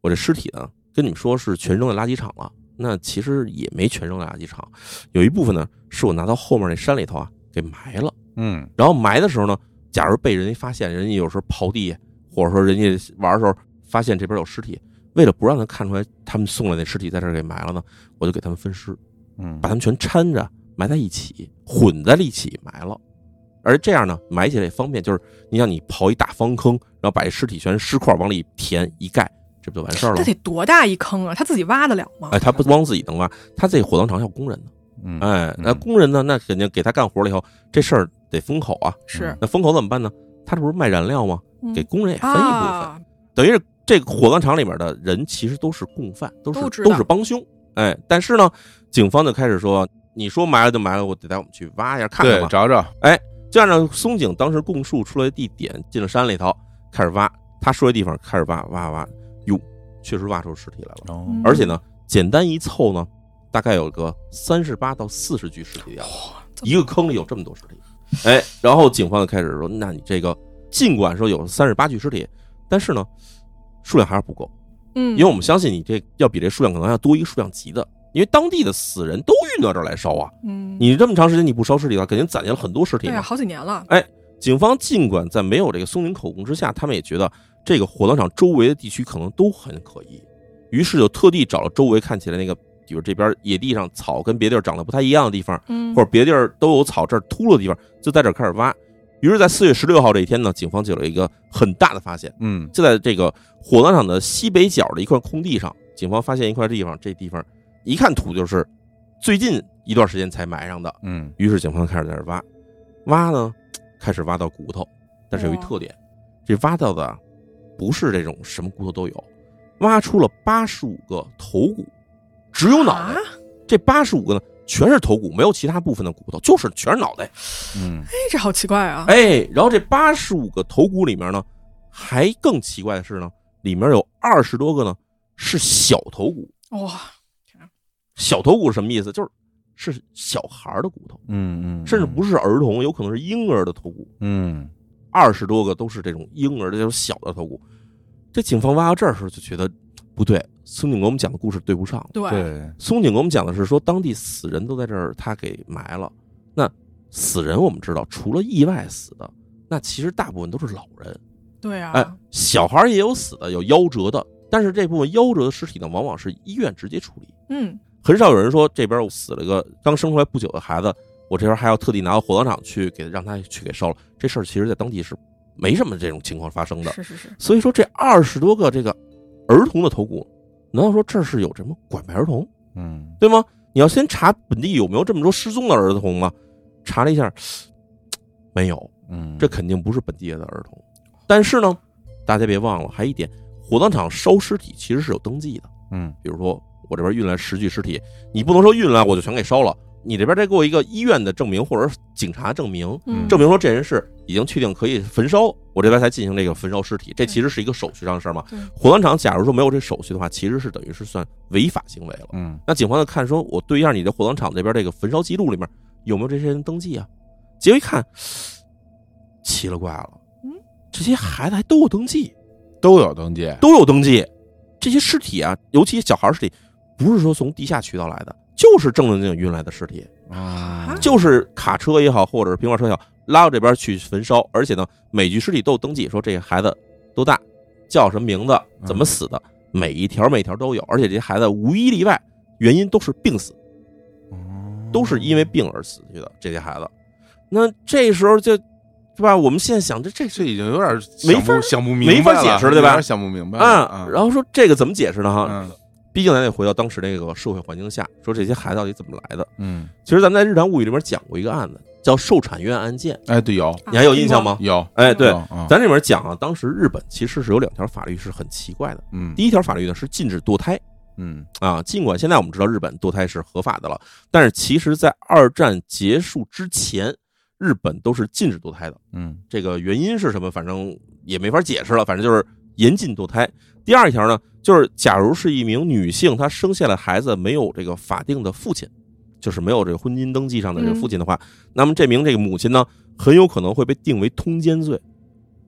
我这尸体呢，跟你们说是全扔在垃圾场了，那其实也没全扔在垃圾场，有一部分呢是我拿到后面那山里头啊给埋了。 嗯， 然后埋的时候呢，假如被人家发现，人家有时候刨地，或者说人家玩的时候发现这边有尸体，为了不让他看出来他们送来那尸体在这儿给埋了呢，我就给他们分尸， 嗯， 把他们全掺着埋在一起，混在一起埋了。而这样呢，埋起来也方便，就是你想你刨一大方坑，然后把这尸体全尸块往里填一盖，这不就完事儿了吗？ 这得多大一坑啊？他自己挖得了吗？ 哎，他不光自己能挖，他这火葬场要工人呢。 嗯， 哎，那工人呢，那肯定给他干活了以后，这事儿得封口啊。 是， 那封口怎么办呢？他这不是卖燃料吗？给工人也分一部分， 啊、 等于是这个火葬场里面的人其实都是共犯，都是都都是帮凶。哎，但是呢，警方就开始说，你说埋了就埋了，我得带我们去挖一下看看吧， 对，找找。 哎，就按照松井当时供述出来的地点，进了山里头开始挖，他说的地方开始挖挖挖，哟，确实挖出尸体来了， 哦， 而且呢，简单一凑呢，大概有个三十八到四十具尸体的样子，一个坑里有这么多尸体。哎，然后警方就开始说，那你这个尽管说有三十八具尸体，但是呢，数量还是不够。 嗯， 因为我们相信你这要比这数量可能要多一个数量级的，因为当地的死人都运到这儿来烧啊。 嗯， 你这么长时间你不烧尸体的话，肯定攒下了很多尸体嘛。 对啊，好几年了。 哎，警方尽管在没有这个松井口供之下，他们也觉得这个火葬场周围的地区可能都很可疑，于是就特地找了周围看起来那个，比如这边野地上草跟别地儿长得不太一样的地方， 嗯， 或者别地儿都有草，这儿秃噜的地方，就在这儿开始挖。于是，在四月十六号这一天呢，警方就有了一个很大的发现。 嗯， 就在这个火葬场的西北角的一块空地上，警方发现一块地方，这地方一看土就是最近一段时间才埋上的。 嗯， 于是警方开始在这挖，挖呢，开始挖到骨头，但是有一特点，这挖到的不是这种什么骨头都有，挖出了八十五个头骨，只有脑袋。 啊、 这八十五个呢，全是头骨，没有其他部分的骨头，就是全是脑袋。 嗯， 哎，这好奇怪啊！ 哎，然后这八十五个头骨里面呢，还更奇怪的是呢，里面有二十多个呢是小头骨。 哇， 小头骨是什么意思？就是是小孩的骨头， 嗯嗯， 甚至不是儿童，有可能是婴儿的头骨。 嗯， 二十多个都是这种婴儿的这种小的头骨。这警方挖到这儿的时候就觉得不对，松井给我们讲的故事对不上。 对对， 松井给我们讲的是说当地死人都在这儿，他给埋了。那死人我们知道，除了意外死的，那其实大部分都是老人。 对啊， 哎，小孩也有死的，有夭折的，但是这部分夭折的尸体呢，往往是医院直接处理。 嗯， 很少有人说这边我死了个刚生出来不久的孩子，我这边还要特地拿到火葬场去给让他去给烧了。这事儿其实在当地是没什么这种情况发生的。 是是是。 所以说这二十多个这个儿童的头骨，难道说这是有什么拐卖儿童？ 嗯， 对吗？你要先查本地有没有这么多失踪的儿童吗？查了一下，没有。 嗯， 这肯定不是本地的儿童。但是呢，大家别忘了，还一点，火葬场烧尸体其实是有登记的。 嗯， 比如说我这边运来十具尸体，你不能说运来我就全给烧了，你这边再给我一个医院的证明或者警察证明， 嗯、 证明说这人是已经确定可以焚烧，我这边才进行这个焚烧尸体。这其实是一个手续上的事嘛。火葬场假如说没有这手续的话，其实是等于是算违法行为了。 嗯， 那警方就看说，我对一下你的火葬场这边这个焚烧记录里面有没有这些人登记啊？结果一看，奇了怪了， 嗯， 这些孩子还都有登记， 都有登记， 都有登记。这些尸体啊，尤其小孩尸体，不是说从地下渠道来的，就是正正经经运来的尸体啊， 就是卡车也好，或者是平板车也好，拉到这边去焚烧。而且呢，每具尸体都有登记，说这个孩子多大，叫什么名字，怎么死的，嗯、每一条每一条都有。而且这些孩子无一例外，原因都是病死，都是因为病而死去的。这些孩子，那这时候就。对吧？我们现在想，这这这已经有点没法想不明白， 没法解释了，对吧？ 想不明白啊。然后说这个怎么解释呢？哈， 嗯、 毕竟咱得回到当时那个社会环境下，说这些孩子到底怎么来的？ 嗯， 其实咱们在《日常物语》里面讲过一个案子，叫受产院案件。 哎，对，有， 你还有印象吗？ 有， 哎，对， 嗯、 咱这里面讲啊，当时日本其实是有两条法律是很奇怪的。 嗯， 第一条法律呢是禁止堕胎。 嗯啊，尽管现在我们知道日本堕胎是合法的了，但是其实在二战结束之前。日本都是禁止堕胎的， 嗯， 这个原因是什么？反正也没法解释了，反正就是严禁堕胎。第二条呢，就是假如是一名女性，她生下来孩子没有这个法定的父亲，就是没有这个婚姻登记上的这个父亲的话，嗯、那么这名这个母亲呢，很有可能会被定为通奸罪。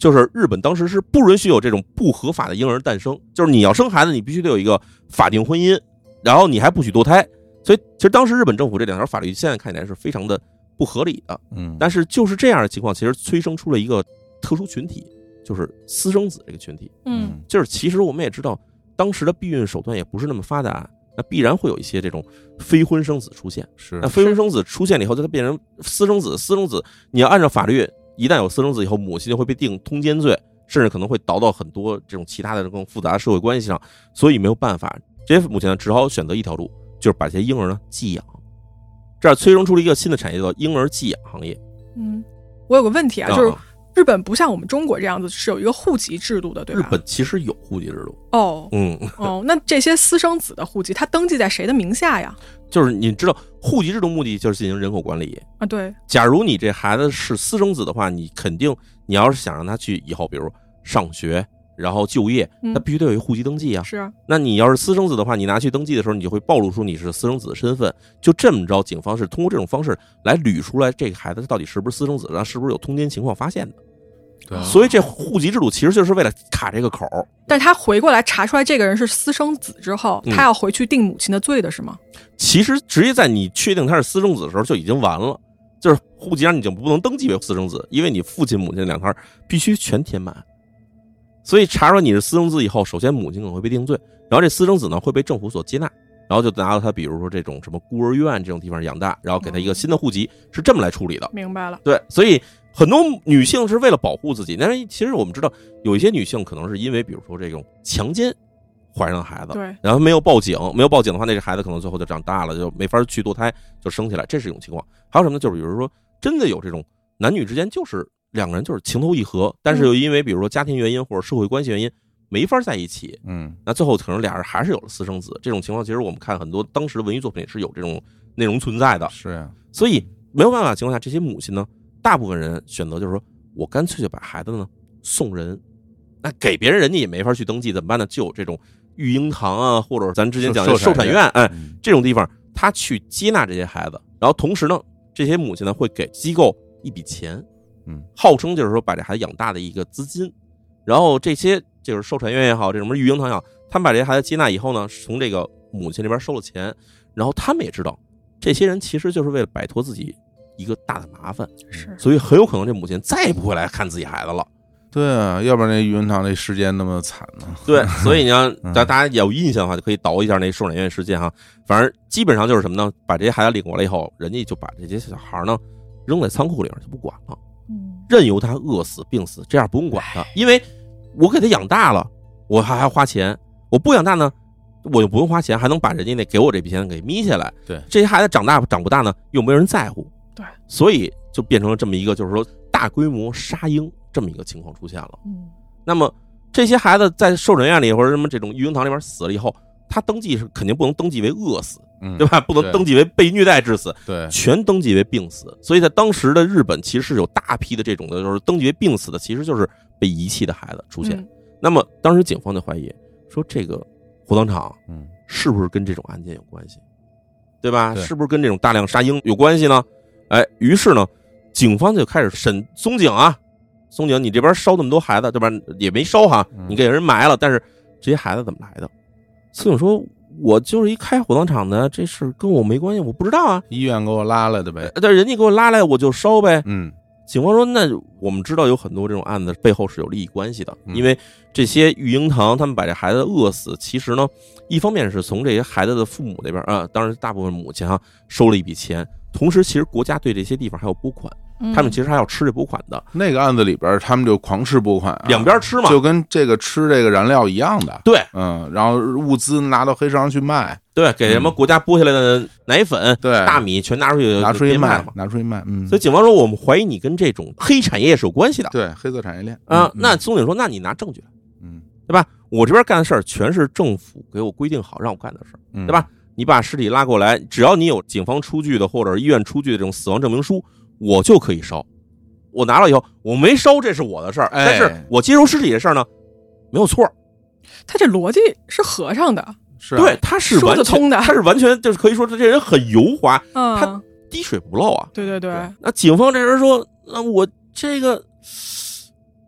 就是日本当时是不允许有这种不合法的婴儿诞生，就是你要生孩子，你必须得有一个法定婚姻，然后你还不许堕胎。所以其实当时日本政府这两条法律现在看起来是非常的不合理的， 嗯， 但是就是这样的情况，其实催生出了一个特殊群体，就是私生子这个群体。 嗯， 就是其实我们也知道，当时的避孕手段也不是那么发达，那必然会有一些这种非婚生子出现。 是， 那非婚生子出现了以后，就它变成私生子。私生子，你要按照法律，一旦有私生子以后，母亲就会被定通奸罪，甚至可能会倒到很多这种其他的更复杂的社会关系上。所以没有办法，这些母亲呢只好选择一条路，就是把这些婴儿呢寄养。这样催生出了一个新的产业，叫婴儿寄养行业。 嗯，我有个问题啊，就是日本不像我们中国这样子是有一个户籍制度的，对吧？ 日本其实有户籍制度。 哦， 嗯， 哦，那这些私生子的户籍，它登记在谁的名下呀？ 就是你知道，户籍制度目的就是进行人口管理啊。对， 假如你这孩子是私生子的话，你肯定，你要是想让他去以后，比如上学，然后就业，他必须得有一个户籍登记啊。 是啊。 那你要是私生子的话，你拿去登记的时候，你就会暴露出你是私生子的身份。就这么着，警方是通过这种方式来捋出来这个孩子到底是不是私生子，然后是不是有通奸情况发现的。 对， 所以这户籍制度其实就是为了卡这个口。 但是他回过来查出来这个人是私生子之后，他要回去定母亲的罪的是吗？ 嗯、其实直接在你确定他是私生子的时候就已经完了，就是户籍上你就不能登记为私生子，因为你父亲母亲两摊必须全填满。所以查出你是私生子以后，首先母亲可能会被定罪，然后这私生子呢会被政府所接纳，然后就拿到他比如说这种什么孤儿院这种地方养大，然后给他一个新的户籍，是这么来处理的。 明白了。 对，所以很多女性是为了保护自己，但是其实我们知道有一些女性可能是因为比如说这种强奸怀上孩子， 对， 然后没有报警，没有报警的话，那这孩子可能最后就长大了，就没法去堕胎，就生下来，这是一种情况。还有什么呢？就是比如说真的有这种男女之间就是两个人就是情投意合，但是又因为比如说家庭原因或者社会关系原因没法在一起， 嗯， 那最后可能俩人还是有了私生子。这种情况其实我们看很多当时的文艺作品也是有这种内容存在的。 是啊， 所以没有办法的情况下，这些母亲呢，大部分人选择就是说我干脆就把孩子呢送人，那给别人人家也没法去登记，怎么办呢？就有这种育婴堂啊，或者咱之前讲的受产院，哎，这种地方他去接纳这些孩子，然后同时呢，这些母亲呢会给机构一笔钱， 嗯， 号称就是说把这孩子养大的一个资金，然后这些就是受产院也好，这什么育婴堂也好，他们把这些孩子接纳以后呢，从这个母亲这边收了钱，然后他们也知道这些人其实就是为了摆脱自己一个大的麻烦， 是， 所以很有可能这母亲再也不会来看自己孩子了。 对啊，要不然那育婴堂那事件那么惨呢？ 对，所以你要大大家有印象的话，就可以倒一下那受产院事件哈。反正基本上就是什么呢？把这些孩子领过来以后，人家就把这些小孩呢扔在仓库里面就不管了，任由他饿死病死，这样不用管他，因为我给他养大了，我还还花钱；我不养大呢，我就不用花钱，还能把人家那给我这笔钱给眯下来。 对， 这些孩子长大长不大呢，又没有人在乎。 对， 所以就变成了这么一个，就是说大规模杀婴这么一个情况出现了。 嗯， 那么这些孩子在受诊院里或者什么这种育婴堂里边死了以后，他登记是肯定不能登记为饿死， 嗯， 对吧？不能登记为被虐待致死， 对， 全登记为病死。所以在当时的日本，其实是有大批的这种的，就是登记为病死的，其实就是被遗弃的孩子出现。 嗯、 那么当时警方就怀疑说，这个火葬场， 嗯， 是不是跟这种案件有关系，对吧？ 对， 是不是跟这种大量杀婴有关系呢？哎，于是呢，警方就开始审松井啊，松井，你这边烧那么多孩子，对吧？也没烧哈，你给人埋了，但是这些孩子怎么来的？松井说：“我就是一开火葬场的，这事跟我没关系，我不知道啊。 医院给我拉来的呗， 但人家给我拉来，我就烧呗。” 嗯， 警方说：“那我们知道有很多这种案子背后是有利益关系的， 嗯、 因为这些育婴堂他们把这孩子饿死，其实呢，一方面是从这些孩子的父母那边啊，当然大部分母亲哈、啊、收了一笔钱。”同时，其实国家对这些地方还有拨款，他们其实还要吃这拨款的。 那个案子里边，他们就狂吃拨款、啊， 两边吃嘛， 就跟这个吃这个燃料一样的。 对， 嗯，然后物资拿到黑市上去卖， 对，给什么国家拨下来的奶粉、 对、 大米全拿出去拿出去卖嘛， 拿出去卖。嗯， 所以警方说，我们怀疑你跟这种黑产业是有关系的。 对，黑色产业链啊、 嗯。 那松井说，那你拿证据来， 嗯， 对吧？我这边干的事儿全是政府给我规定好让我干的事儿， 嗯、 对吧？你把尸体拉过来，只要你有警方出具的或者医院出具的这种死亡证明书，我就可以烧。我拿了以后，我没烧，这是我的事儿、哎。但是我接收尸体的事儿呢，没有错。 他这逻辑是合上的， 是、啊、 对，他是完全通的， 他是完全就是可以说这人很油滑， 嗯、 他滴水不漏啊。 对对对。 那警方这人说，那我这个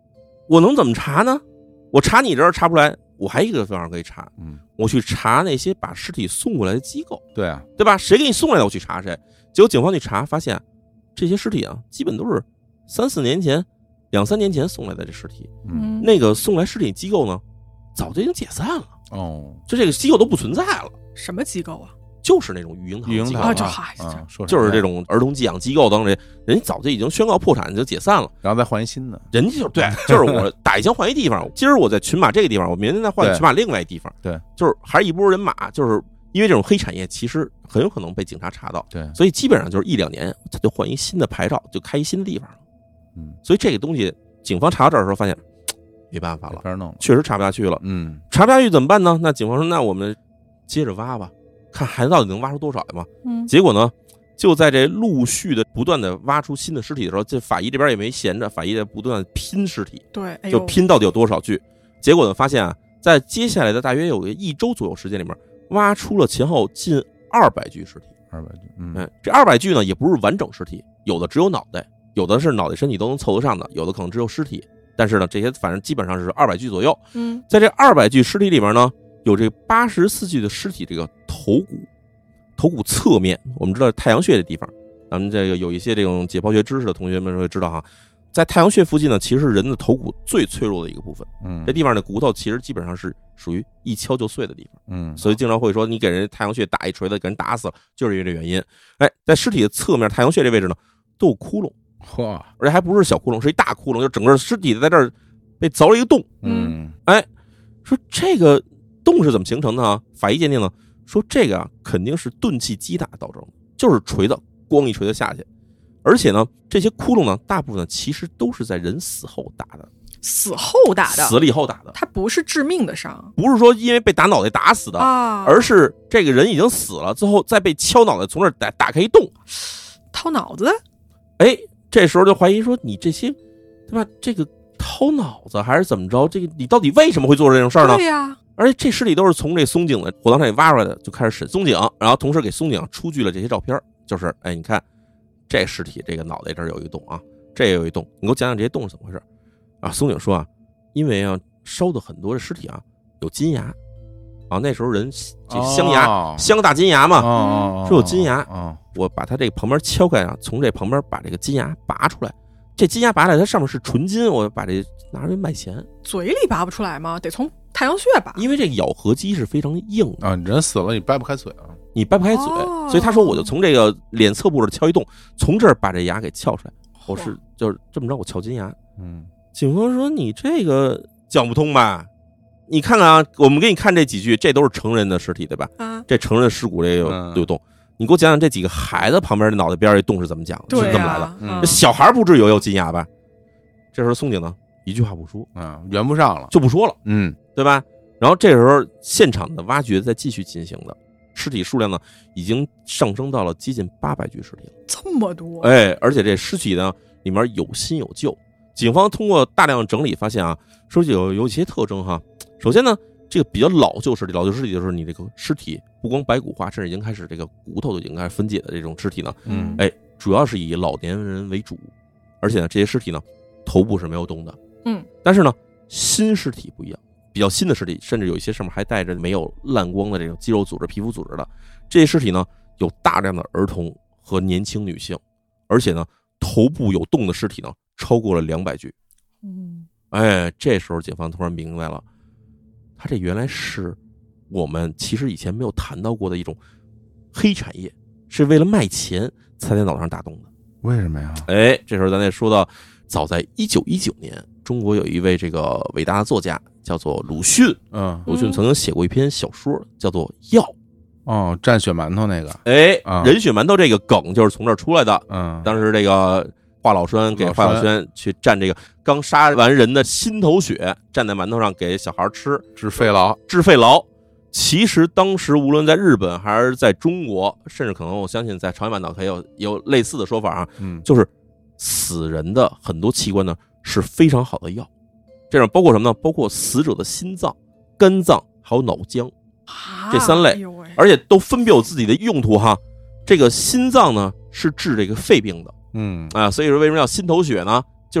我能怎么查呢？我查你这儿查不出来，我还有一个方法可以查， 嗯， 我去查那些把尸体送过来的机构， 对啊， 对吧？谁给你送来的，我去查谁。结果警方去查，发现这些尸体啊，基本都是三四年前、两三年前送来的这尸体。 嗯， 那个送来尸体机构呢，早就已经解散了， 哦， 就这个机构都不存在了。 什么机构啊？ 就是那种育婴堂机构育婴堂啊，就嗨， 啊，说就是这种儿童寄养机构等等，人家早就已经宣告破产，就解散了， 然后再换一新的， 人家就对，就是我打一枪换一地方，今儿我在群马这个地方，我明天再换群马另外一地方， 对， 就是还是一拨人马，就是因为这种黑产业其实很有可能被警察查到， 对， 所以基本上就是一两年他就换一新的牌照，就开一新的地方了， 嗯， 所以这个东西警方查到这儿的时候发现没办法了， 没法弄了， 确实查不下去了， 嗯， 查不下去怎么办呢？那警方说，那我们接着挖吧。看孩子到底能挖出多少来嘛？ 嗯， 结果呢，就在这陆续的不断的挖出新的尸体的时候，这法医这边也没闲着，法医在不断的拼尸体， 对，哎、 就拼到底有多少具。结果呢，发现啊，在接下来的大约有个一周左右时间里面，挖出了前后近二百具尸体。 二百具，嗯， 嗯，这二百具呢也不是完整尸体，有的只有脑袋，有的是脑袋身体都能凑得上的，有的可能只有尸体。但是呢，这些反正基本上是二百具左右。 嗯， 在这二百具尸体里面呢，有这八十四具的尸体这个头骨。头骨侧面，我们知道太阳穴的地方，咱们这个有一些这种解剖学知识的同学们会知道哈，在太阳穴附近呢，其实是人的头骨最脆弱的一个部分。 嗯， 这地方的骨头其实基本上是属于一敲就碎的地方。 嗯， 所以经常会说，你给人太阳穴打一锤子，给人打死了，就是因为这原因。哎，在尸体的侧面太阳穴这位置呢，都有窟窿， 嚯， 而且还不是小窟窿，是一大窟窿，就整个尸体在这儿被凿了一个洞。 嗯， 哎，说这个洞是怎么形成的啊？法医鉴定呢？说这个啊，肯定是钝器击打造成的，就是锤子咣一锤子下去，而且呢，这些窟窿呢，大部分其实都是在人死后打的， 死后打的， 死了以后打的， 它不是致命的伤， 不是说因为被打脑袋打死的啊， 而是这个人已经死了，最后再被敲脑袋，从这儿打打开一洞， 掏脑子。 哎，这时候就怀疑说你这些，对吧？这个掏脑子还是怎么着？这个你到底为什么会做这种事儿呢？ 对呀。 而且这尸体都是从这松井的火葬场里挖出来的，就开始审松井，然后同时给松井出具了这些照片，就是哎，你看这尸体这个脑袋这儿有一个洞啊，这也有一洞，你给我讲讲这些洞是怎么回事啊？松井说啊，因为啊烧的很多的尸体啊有金牙啊，那时候人这镶牙、哦、镶大金牙嘛， 哦、 说有金牙、 哦， 我把它这个旁边敲开啊，从这旁边把这个金牙拔出来，这金牙拔出来它上面是纯金，我把这拿着卖钱。 嘴里拔不出来吗？得从太阳穴拔， 因为这个咬合肌是非常硬的啊，人死了你掰不开嘴啊， 你掰不开嘴， 哦、 所以他说我就从这个脸侧部这敲一洞，从这儿把这牙给撬出来，我是就是这么着我撬金牙。 嗯， 警方说你这个讲不通吧？你看看啊，我们给你看这几具，这都是成人的尸体对吧？ 啊， 这成人的尸骨这有、 嗯、 有洞，你给我讲讲这几个孩子旁边的脑袋边这洞是怎么讲的？ 对啊、 是这么来的？ 嗯、 这小孩不至于有金牙吧？这时候松井呢一句话不说， 啊，圆不上了， 就不说了， 嗯， 对吧？然后这时候现场的挖掘在继续进行的，尸体数量呢已经上升到了接近八百具尸体了， 这么多， 哎，而且这尸体呢里面有新有旧。警方通过大量整理发现啊，说有有一些特征哈。首先呢，这个比较老旧尸体，老旧尸体就是你这个尸体不光白骨化，甚至已经开始这个骨头都已经开始分解的这种尸体呢， 嗯， 哎，主要是以老年人为主，而且呢这些尸体呢头部是没有动的， 嗯， 但是呢新尸体不一样。比较新的尸体，甚至有一些上面还带着没有烂光的这种肌肉组织、皮肤组织的这些尸体呢，有大量的儿童和年轻女性，而且呢，头部有洞的尸体呢，超过了两百具。 嗯， 哎，这时候警方突然明白了，他这原来是我们其实以前没有谈到过的一种黑产业，是为了卖钱才在脑袋上打洞的。 为什么呀？ 哎，这时候咱得说到，早在一九一九年，中国有一位这个伟大的作家。叫做鲁迅， 嗯， 鲁迅曾经写过一篇小说，叫做《药》。 哦，蘸血馒头那个， 哎， 啊、 人血馒头这个梗就是从这儿出来的。 嗯， 当时这个华老栓给华老栓去蘸这个刚杀完人的心头血，蘸在馒头上给小孩吃， 治肺痨， 治肺痨。其实当时无论在日本还是在中国，甚至可能我相信在朝鲜半岛还有有类似的说法啊， 嗯， 就是死人的很多器官呢是非常好的药。这种包括什么呢？包括死者的心脏、肝脏还有脑浆这三类，而且都分别有自己的用途哈。这个心脏呢是治这个肺病的， 嗯啊，所以说为什么要心头血呢？就是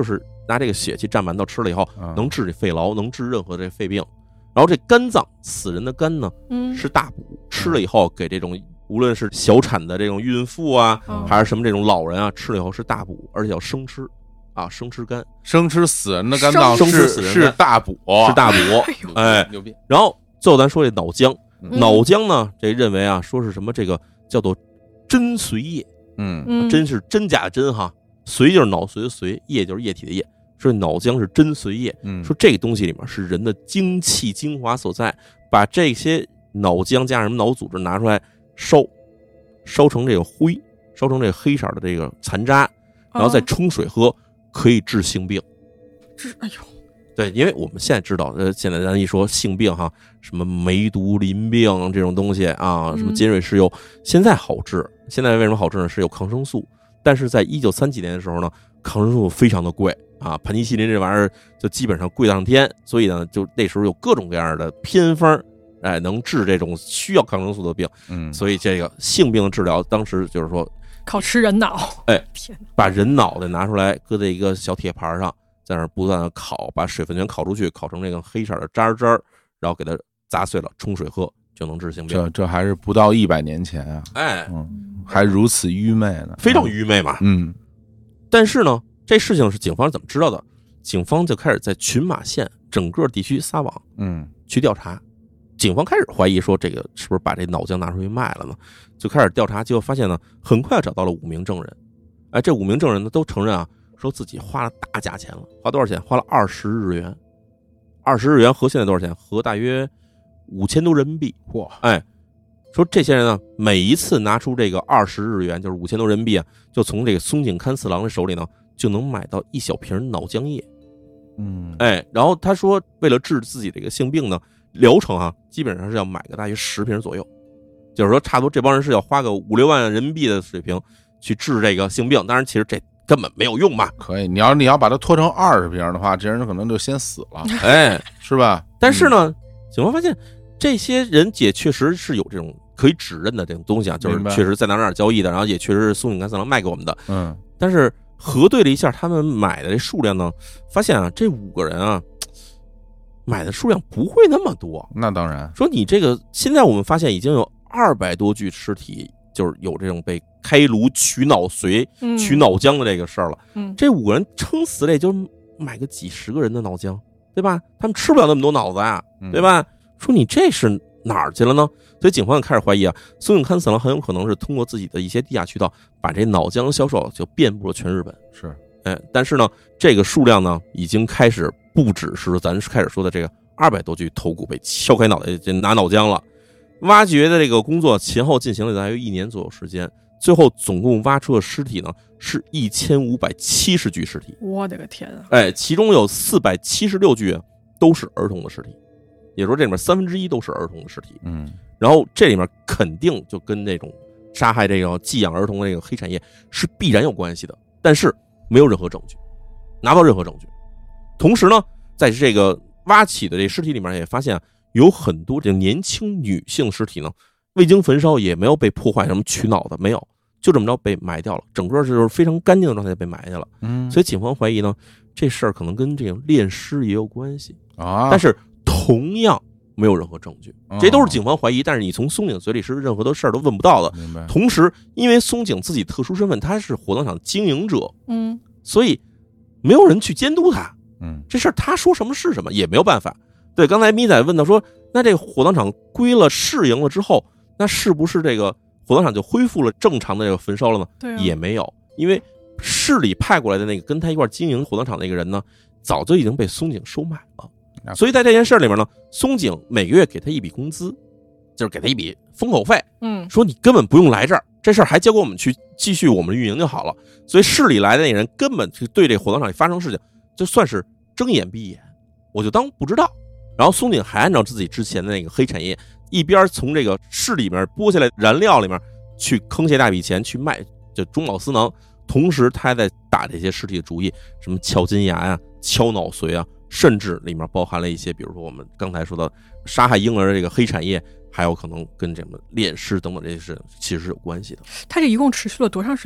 拿这个血去蘸馒头吃了以后， 嗯能治这肺痨，能治任何这肺病。然后这肝脏，死人的肝呢， 嗯是大补，吃了以后给这种无论是小产的这种孕妇啊， 嗯还是什么这种老人啊，吃了以后是大补，而且要生吃啊，生吃肝生吃死人的肝脏生吃是是死人的大补， 是大补，哎， 牛逼。 然后最后咱说这脑浆， 嗯脑浆呢，这认为啊，说是什么这个叫做真髓液， 嗯嗯， 真是真假的真哈，髓就是脑髓的髓，液就是液体的液，说脑浆是真髓液， 嗯， 说这个东西里面是人的精气精华所在，把这些脑浆加上什么脑组织拿出来烧，烧成这个灰，烧成这个黑色的这个残渣，然后再冲水喝，可以治性病。 这哎呦， 对，因为我们现在知道，呃，现在咱一说性病哈，什么梅毒、淋病这种东西啊，什么尖锐湿疣，现在好治。现在为什么好治呢？是有抗生素，但是在一九三几年的时候呢，抗生素非常的贵啊，盘尼西林这玩意儿就基本上贵上天，所以呢，就那时候有各种各样的偏方，哎，能治这种需要抗生素的病。 嗯， 所以这个性病的治疗，当时就是说， 靠吃人脑， 哎， 天哪， 把人脑袋拿出来，搁在一个小铁盘上，在那儿不断的烤，把水分全烤出去，烤成那个黑色的渣渣儿，然后给它砸碎了，冲水喝就能治性病。 这这还是不到一百年前啊， 哎， 嗯，还如此愚昧呢， 非常愚昧嘛。 嗯但是呢，这事情是警方怎么知道的？警方就开始在群马县整个地区撒网嗯去调查。警方开始怀疑说，这个是不是把这脑浆拿出去卖了呢？就开始调查，结果发现呢，很快找到了五名证人。哎，这五名证人呢都承认啊，说自己花了大价钱了，花多少钱？花了二十日元，二十日元合现在多少钱？合大约五千多人民币。 嚯， 哎，说这些人呢，每一次拿出这个二十日元，就是五千多人民币啊，就从这个松井勘四郎的手里呢，就能买到一小瓶脑浆液。 嗯哎，然后他说，为了治自己这个性病呢，疗程啊，基本上是要买个大约十瓶左右，就是说差不多这帮人是要花个五六万人民币的水平去治这个性病。当然，其实这根本没有用嘛。 可以，你要你要把它拖成二十瓶的话，这人可能就先死了， 哎， 是吧？ 但是呢，警方发现这些人也确实是有这种可以指认的这种东西啊，就是确实在哪哪交易的，然后也确实是松井勘四郎卖给我们的。 嗯， 但是核对了一下他们买的这数量呢，发现啊，这五个人啊买的数量不会那么多。 那当然， 说你这个现在我们发现已经有二百多具尸体，就是有这种被开颅取脑髓、 嗯取脑浆的这个事儿了。 嗯， 这五个人撑死了也就买个几十个人的脑浆，对吧？他们吃不了那么多脑子啊，对吧？说你这是哪儿去了呢？所以警方也开始怀疑啊，松井勘四郎很有可能是通过自己的一些地下渠道，把这脑浆销售就遍布了全日本。 是， 哎，但是呢，这个数量呢，已经开始不只是咱开始说的这个二百多具头骨被敲开脑袋就拿脑浆了。挖掘的这个工作前后进行了大约一年左右时间，最后总共挖出的尸体呢是一千五百七十具尸体。 我的个天啊！ 哎，其中有四百七十六具都是儿童的尸体，也就是说这里面三分之一都是儿童的尸体。 嗯， 然后这里面肯定就跟那种杀害这个寄养儿童的这个黑产业是必然有关系的，但是没有任何证据，拿不到任何证据。同时呢，在这个挖起的这尸体里面也发现啊，有很多这年轻女性尸体呢，未经焚烧，也没有被破坏什么取脑的，没有，就这么着被埋掉了，整个就是非常干净的状态被埋下了。 嗯， 所以警方怀疑呢，这事儿可能跟这个炼尸也有关系啊， 但是同样没有任何证据，这都是警方怀疑，但是你从松井嘴里是任何的事儿都问不到的。 明白。 同时，因为松井自己特殊身份，他是火葬场经营者， 嗯， 所以没有人去监督他。 嗯， 这事儿他说什么是什么，也没有办法。对，刚才咪仔问到说，那这个火葬场归了市营了之后，那是不是这个火葬场就恢复了正常的这个焚烧了呢？ 对啊， 也没有，因为市里派过来的那个跟他一块经营火葬场那个人呢，早就已经被松井收买了。所以在这件事里面呢，松井每个月给他一笔工资，就是给他一笔封口费， 嗯， 说你根本不用来这儿，这事儿还交给我们去继续我们运营就好了。所以市里来的那人根本就对这火葬场里发生事情，就算是睁眼闭眼，我就当不知道。然后松井还按照自己之前的那个黑产业，一边从这个市里面拨下来燃料里面去坑下大笔钱去卖，就中饱私囊。同时他还在打这些尸体的主意，什么敲金牙呀、敲脑髓啊，甚至里面包含了一些，比如说我们刚才说的杀害婴儿的这个黑产业，还有可能跟这个炼尸等等这些事其实是有关系的。 他这一共持续了多长时间？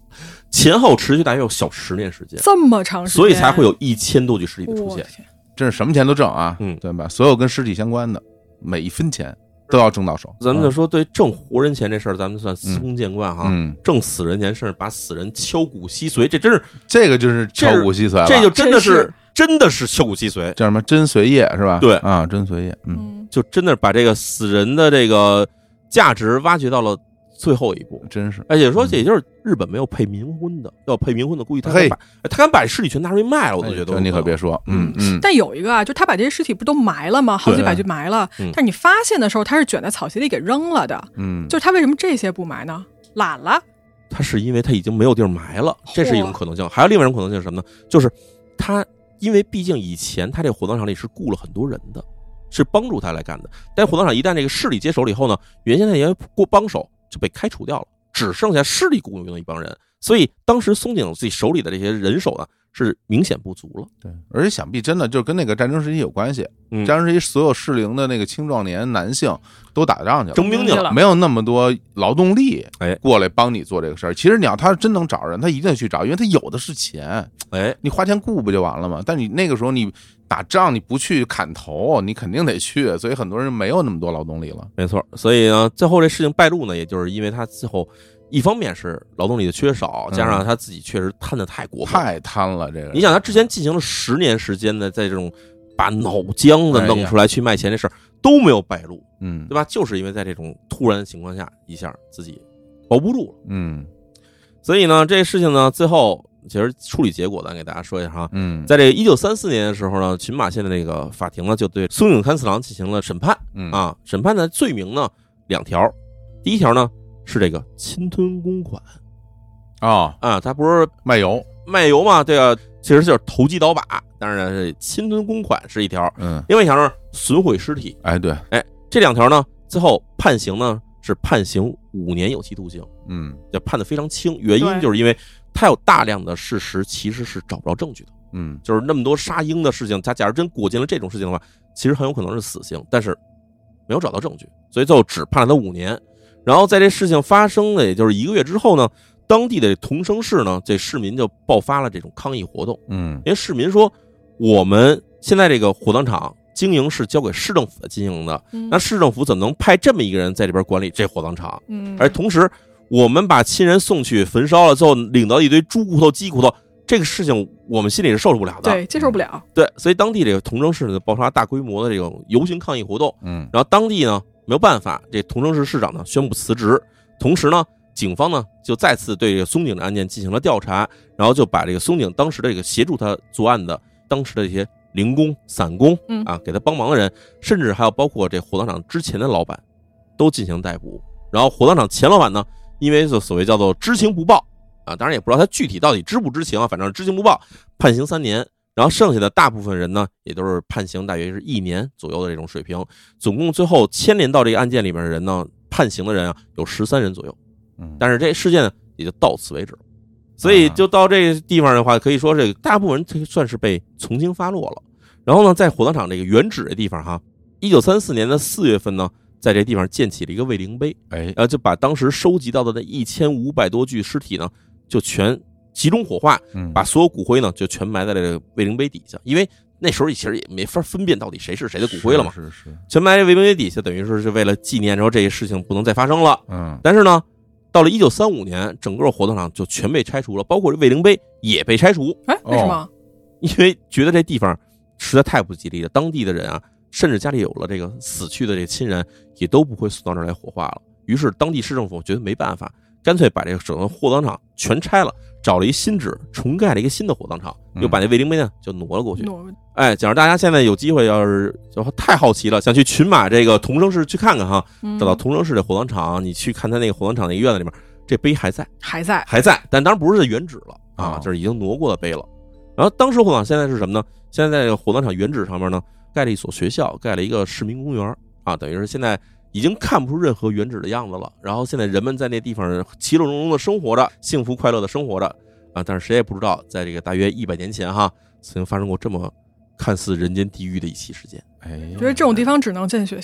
前后持续大约有小十年时间， 这么长时间， 所以才会有一千多具尸体的出现。 真是什么钱都挣啊， 嗯， 对吧？所有跟尸体相关的每一分钱都要挣到手。 咱们就说对挣活人钱这事儿，咱们算司空见惯哈。 嗯， 挣死人钱，甚至把死人敲骨吸髓，这真是这个就是敲骨吸髓了， 这就真的是真的是敲骨吸髓， 叫什么真髓液是吧？ 对啊，真髓液，嗯， 就真的把这个死人的这个价值挖掘到了最后一步， 真是。 而且说，也就是日本没有配冥婚的，要配冥婚的，估计他敢把他敢把尸体全拿出去卖了，我都觉得。 你可别说，嗯嗯。 但有一个啊，就他把这些尸体不都埋了吗？好几百具埋了，但是你发现的时候，他是卷在草席里给扔了的。嗯，就是他为什么这些不埋呢？懒了。 他是因为他已经没有地儿埋了，这是一种可能性。还有另外一种可能性是什么呢？就是他因为毕竟以前他这个火葬场里是雇了很多人的，是帮助他来干的。但火葬场一旦这个势力接手了以后呢，原先那些帮手就被开除掉了，只剩下势力雇佣的一帮人。所以当时松井自己手里的这些人手呢，是明显不足了。 对，而且想必真的就跟那个战争时期有关系。嗯，战争时期所有适龄的那个青壮年男性都打仗去了， 征兵去了， 没有那么多劳动力哎过来帮你做这个事儿。其实你要他真能找人，他一定去找，因为他有的是钱。 哎， 你花钱雇不就完了吗？但你那个时候你打仗你不去砍头，你肯定得去，所以很多人没有那么多劳动力了。 没错，所以呢，最后这事情败露呢，也就是因为他最后。一方面是劳动力的缺少，加上他自己确实贪得太过分， 太贪了。这个， 你想他之前进行了十年时间的，在这种把脑浆子弄出来去卖钱这事儿都没有败露， 嗯， 对吧？就是因为在这种突然的情况下，一下自己保不住了， 嗯。 所以呢，这事情呢，最后其实处理结果咱给大家说一下哈， 嗯， 在这个一九三四年的时候呢，群马县的那个法庭呢，就对松井勘四郎进行了审判， 嗯啊，审判的罪名呢两条，第一条呢。是这个侵吞公款啊啊，他不是卖油卖油嘛？对啊，其实就是投机倒把。当然，这侵吞公款是一条， 嗯， 另外一条呢，损毁尸体。 哎，对， 哎，这两条呢，最后判刑呢是判刑五年有期徒刑， 嗯， 就判的非常轻。原因就是因为他有大量的事实其实是找不着证据的， 嗯， 就是那么多杀婴的事情，他假如真裹进了这种事情的话，其实很有可能是死刑，但是没有找到证据，所以最后只判了他五年。然后在这事情发生的也就是一个月之后呢，当地的同生市呢，这市民就爆发了这种抗议活动。 嗯， 因为市民说，我们现在这个火葬场经营是交给市政府的经营的， 嗯、 那市政府怎么能派这么一个人在这边管理这火葬场？ 嗯， 而同时我们把亲人送去焚烧了之后，领到一堆猪骨头、鸡骨头，这个事情我们心里是受不了的， 对，接受不了。 对，所以当地这个同生市呢爆发大规模的这种游行抗议活动。 嗯， 然后当地呢。没有办法，这同生市市长呢宣布辞职，同时呢，警方呢就再次对这个松井的案件进行了调查，然后就把这个松井当时的这个协助他作案的当时的这些零工、散工啊，给他帮忙的人，甚至还有包括这火葬场之前的老板，都进行逮捕。然后火葬场前老板呢，因为就所谓叫做知情不报啊，当然也不知道他具体到底知不知情啊，反正知情不报，判刑三年。然后剩下的大部分人呢，也都是判刑大约是一年左右的这种水平。总共最后牵连到这个案件里面的人呢，判刑的人啊有十三人左右。但是这事件呢也就到此为止。所以就到这个地方的话，可以说这个大部分人算是被从轻发落了。然后呢，在火葬场这个原址的地方哈，一九三四年的四月份呢，在这地方建起了一个慰灵碑， 哎， 然后就把当时收集到的那一千五百多具尸体呢，就全。集中火化，把所有骨灰呢就全埋在了这个慰灵碑底下，因为那时候其实也没法分辨到底谁是谁的骨灰了嘛， 是 是, 是， 全埋在慰灵碑底下，等于说是为了纪念，然后这些事情不能再发生了。 嗯， 但是呢，到了一九三五年，整个火葬场就全被拆除了，包括这慰灵碑也被拆除。 哎，为什么？ 哦、因为觉得这地方实在太不吉利了，当地的人啊，甚至家里有了这个死去的这亲人，也都不会送到这儿来火化了。于是当地市政府觉得没办法，干脆把这个整个火葬场全拆了。找了一新址，重盖了一个新的火葬场，又把那慰灵碑呢就挪了过去。哎，假如大家现在有机会，要是就太好奇了，想去群马这个同生市去看看哈，找到同生市的火葬场，你去看他那个火葬场那个院子里面，这碑还在， 还在， 还在，但当然不是原址了啊，就是已经挪过的碑了。然后当时火葬场现在是什么呢？现在在火葬场原址上面呢，盖了一所学校，盖了一个市民公园啊，等于是现在。已经看不出任何原址的样子了。然后现在人们在那地方其乐融融的生活着，幸福快乐的生活着啊！但是谁也不知道，在这个大约一百年前哈，曾经发生过这么看似人间地狱的一起事件。 哎， 觉得这种地方只能建学校。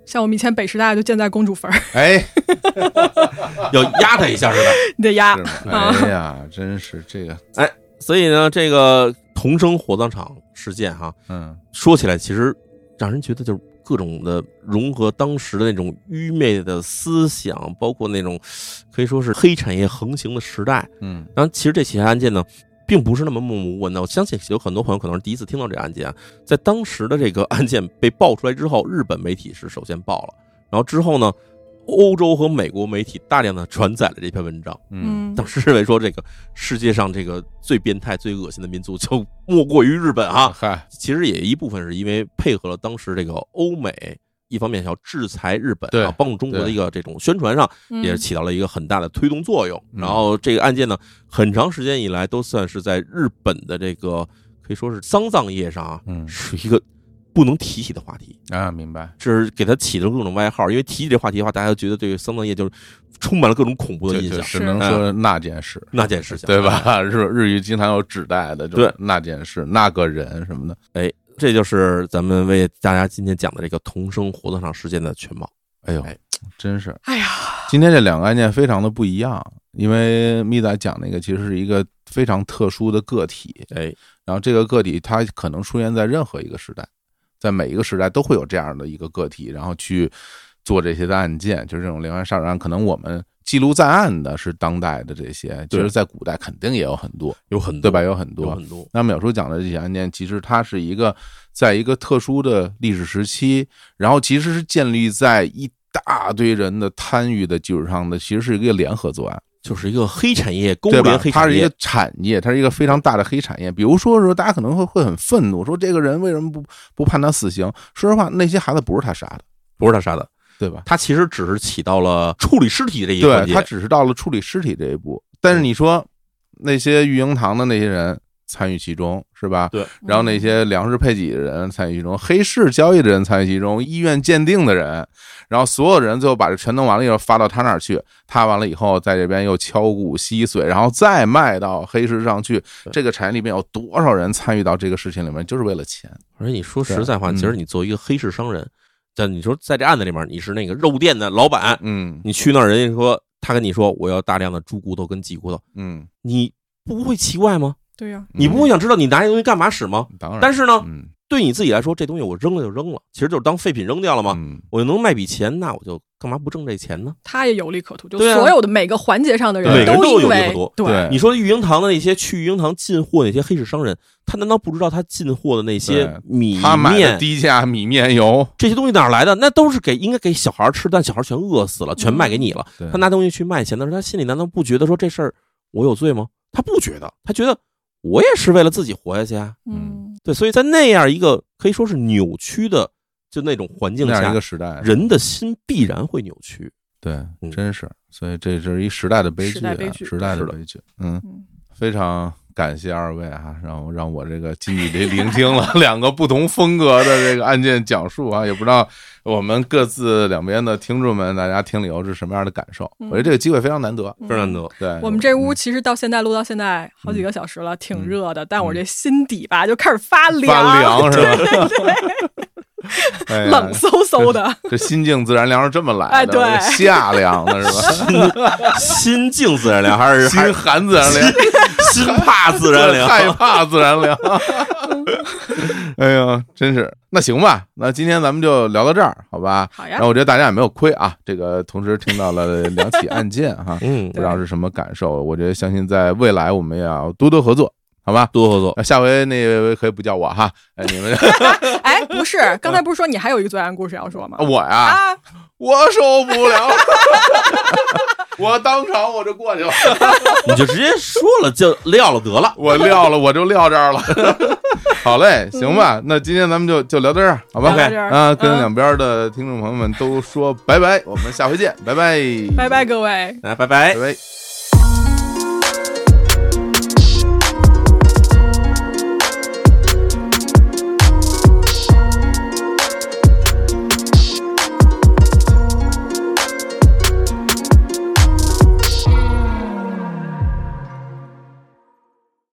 像我们以前北师大就建在公主坟， 哎， 要压他一下似的， 你得压。 哎呀，真是这个， 哎，所以呢，这个同生火葬场事件哈， 嗯， 说起来其实让人觉得就是各种的融合当时的那种愚昧的思想，包括那种可以说是黑产业横行的时代。 嗯， 然后其实这起案件呢，并不是那么默默无闻的。我相信有很多朋友可能是第一次听到这个案件啊，在当时的这个案件被爆出来之后，日本媒体是首先报了，然后之后呢，欧洲和美国媒体大量的转载了这篇文章。 嗯， 当时认为说这个世界上这个最变态、最恶心的民族就莫过于日本啊。 嗨， 其实也一部分是因为配合了当时这个欧美，一方面要制裁日本， 对啊，帮助中国的一个这种宣传上，也是起到了一个很大的推动作用。 嗯、 然后这个案件呢，很长时间以来都算是在日本的这个可以说是丧葬业上啊， 嗯， 是一个不能提起的话题啊，明白？ 这是给他起了各种外号，因为提起这话题的话，大家觉得这个丧葬业就是充满了各种恐怖的印象， 只能说那件事， 嗯、那件事情， 对吧？日日语经常有指代的， 对， 那件事、那个人什么的， 哎。这就是咱们为大家今天讲的这个同生火葬场事件的全貌。 哎呦，真是， 哎呀， 今天这两个案件非常的不一样，因为蜜仔讲那个其实是一个非常特殊的个体， 哎， 然后这个个体它可能出现在任何一个时代，在每一个时代都会有这样的一个个体，然后去做这些的案件，就是这种连环杀人案，可能我们记录在案的是当代的这些，其实在古代肯定也有很多， 有很多， 对吧？有很多， 有很多。 那淼叔讲的这些案件，其实它是一个在一个特殊的历史时期，然后其实是建立在一大堆人的参与的基础上的，其实是一个联合作案， 就是一个黑产业勾连黑产业， 它是一个产业，它是一个非常大的黑产业。比如说说，大家可能会会很愤怒，说这个人为什么不不判他死刑？说实话，那些孩子不是他杀的， 不是他杀的。 对吧？ 他其实只是起到了处理尸体这一环节， 对，他只是到了处理尸体这一步。但是你说那些育婴堂的那些人参与其中，是吧？ 对。 然后那些粮食配给的人参与其中，黑市交易的人参与其中，医院鉴定的人，然后所有人最后把这全弄完了以后发到他那儿去，他完了以后在这边又敲鼓吸髓，然后再卖到黑市上去。这个产业里面有多少人参与到这个事情里面，就是为了钱。 而且你说实在话，其实你作为一个黑市商人。但你说在这案子里面，你是那个肉店的老板， 嗯， 你去那儿，人家说他跟你说我要大量的猪骨头跟鸡骨头， 嗯， 你不会奇怪吗？ 对呀、啊， 你不会想知道你拿这东西干嘛使吗？ 当然， 但是呢， 嗯， 对你自己来说，这东西我扔了就扔了，其实就是当废品扔掉了嘛。 嗯， 我能卖笔钱，那我就干嘛不挣这钱呢？ 他也有利可图，就所有的每个环节上的人每个人都有利因为可图。 对， 你说育婴堂的那些去育婴堂进货那些黑市商人，他难道不知道他进货的那些米他买面的低价米面油这些东西哪儿来的？那都是给应该给小孩吃，但小孩全饿死了，全卖给你了。 嗯、 他拿东西去卖钱的时候，他心里难道不觉得说这事儿我有罪吗？他不觉得，他觉得我也是为了自己活下去啊。 嗯， 对，所以在那样一个可以说是扭曲的就那种环境下， 那样一个时代， 人的心必然会扭曲。 对，真是，所以这是一时代的悲剧、啊， 时代悲剧， 时代的悲剧。嗯，非常感谢二位啊，让我让我这个近距离聆听了两个不同风格的这个案件讲述啊，也不知道我们各自两边的听众们，大家听了以后是什么样的感受？ 嗯、 我觉得这个机会非常难得， 非常难得。 对， 我们这屋其实到现在录到现在好几个小时了，嗯、挺热的，但我这心底吧就开始发凉， 发凉是吧？ 对对对哎、冷飕飕的， 这心静自然凉是这么来的， 哎，对， 夏凉的是吧？心静自然凉还是心寒自然凉？ 心怕自然凉， 害怕自然凉。哎呀，真是。那行吧，那今天咱们就聊到这儿，好吧？ 好呀。 然后我觉得大家也没有亏啊，这个同时听到了两起案件哈， 嗯， 不知道是什么感受。我觉得相信在未来我们也要多多合作。好吧， 多合作。 下回那位可以不叫我哈，哎，你们哎，不是，刚才不是说你还有一个罪案故事要说吗？ 我呀， 啊， 我受不了，我当场我就过去了， 你就直接说了，就撂了得了， 我撂了，我就撂这儿了。好嘞，行吧，那今天咱们就就聊到这儿，好吧？啊，跟两边的听众朋友们都说拜拜，我们下回见，拜拜， 拜拜，各位， 来，拜拜， 拜拜。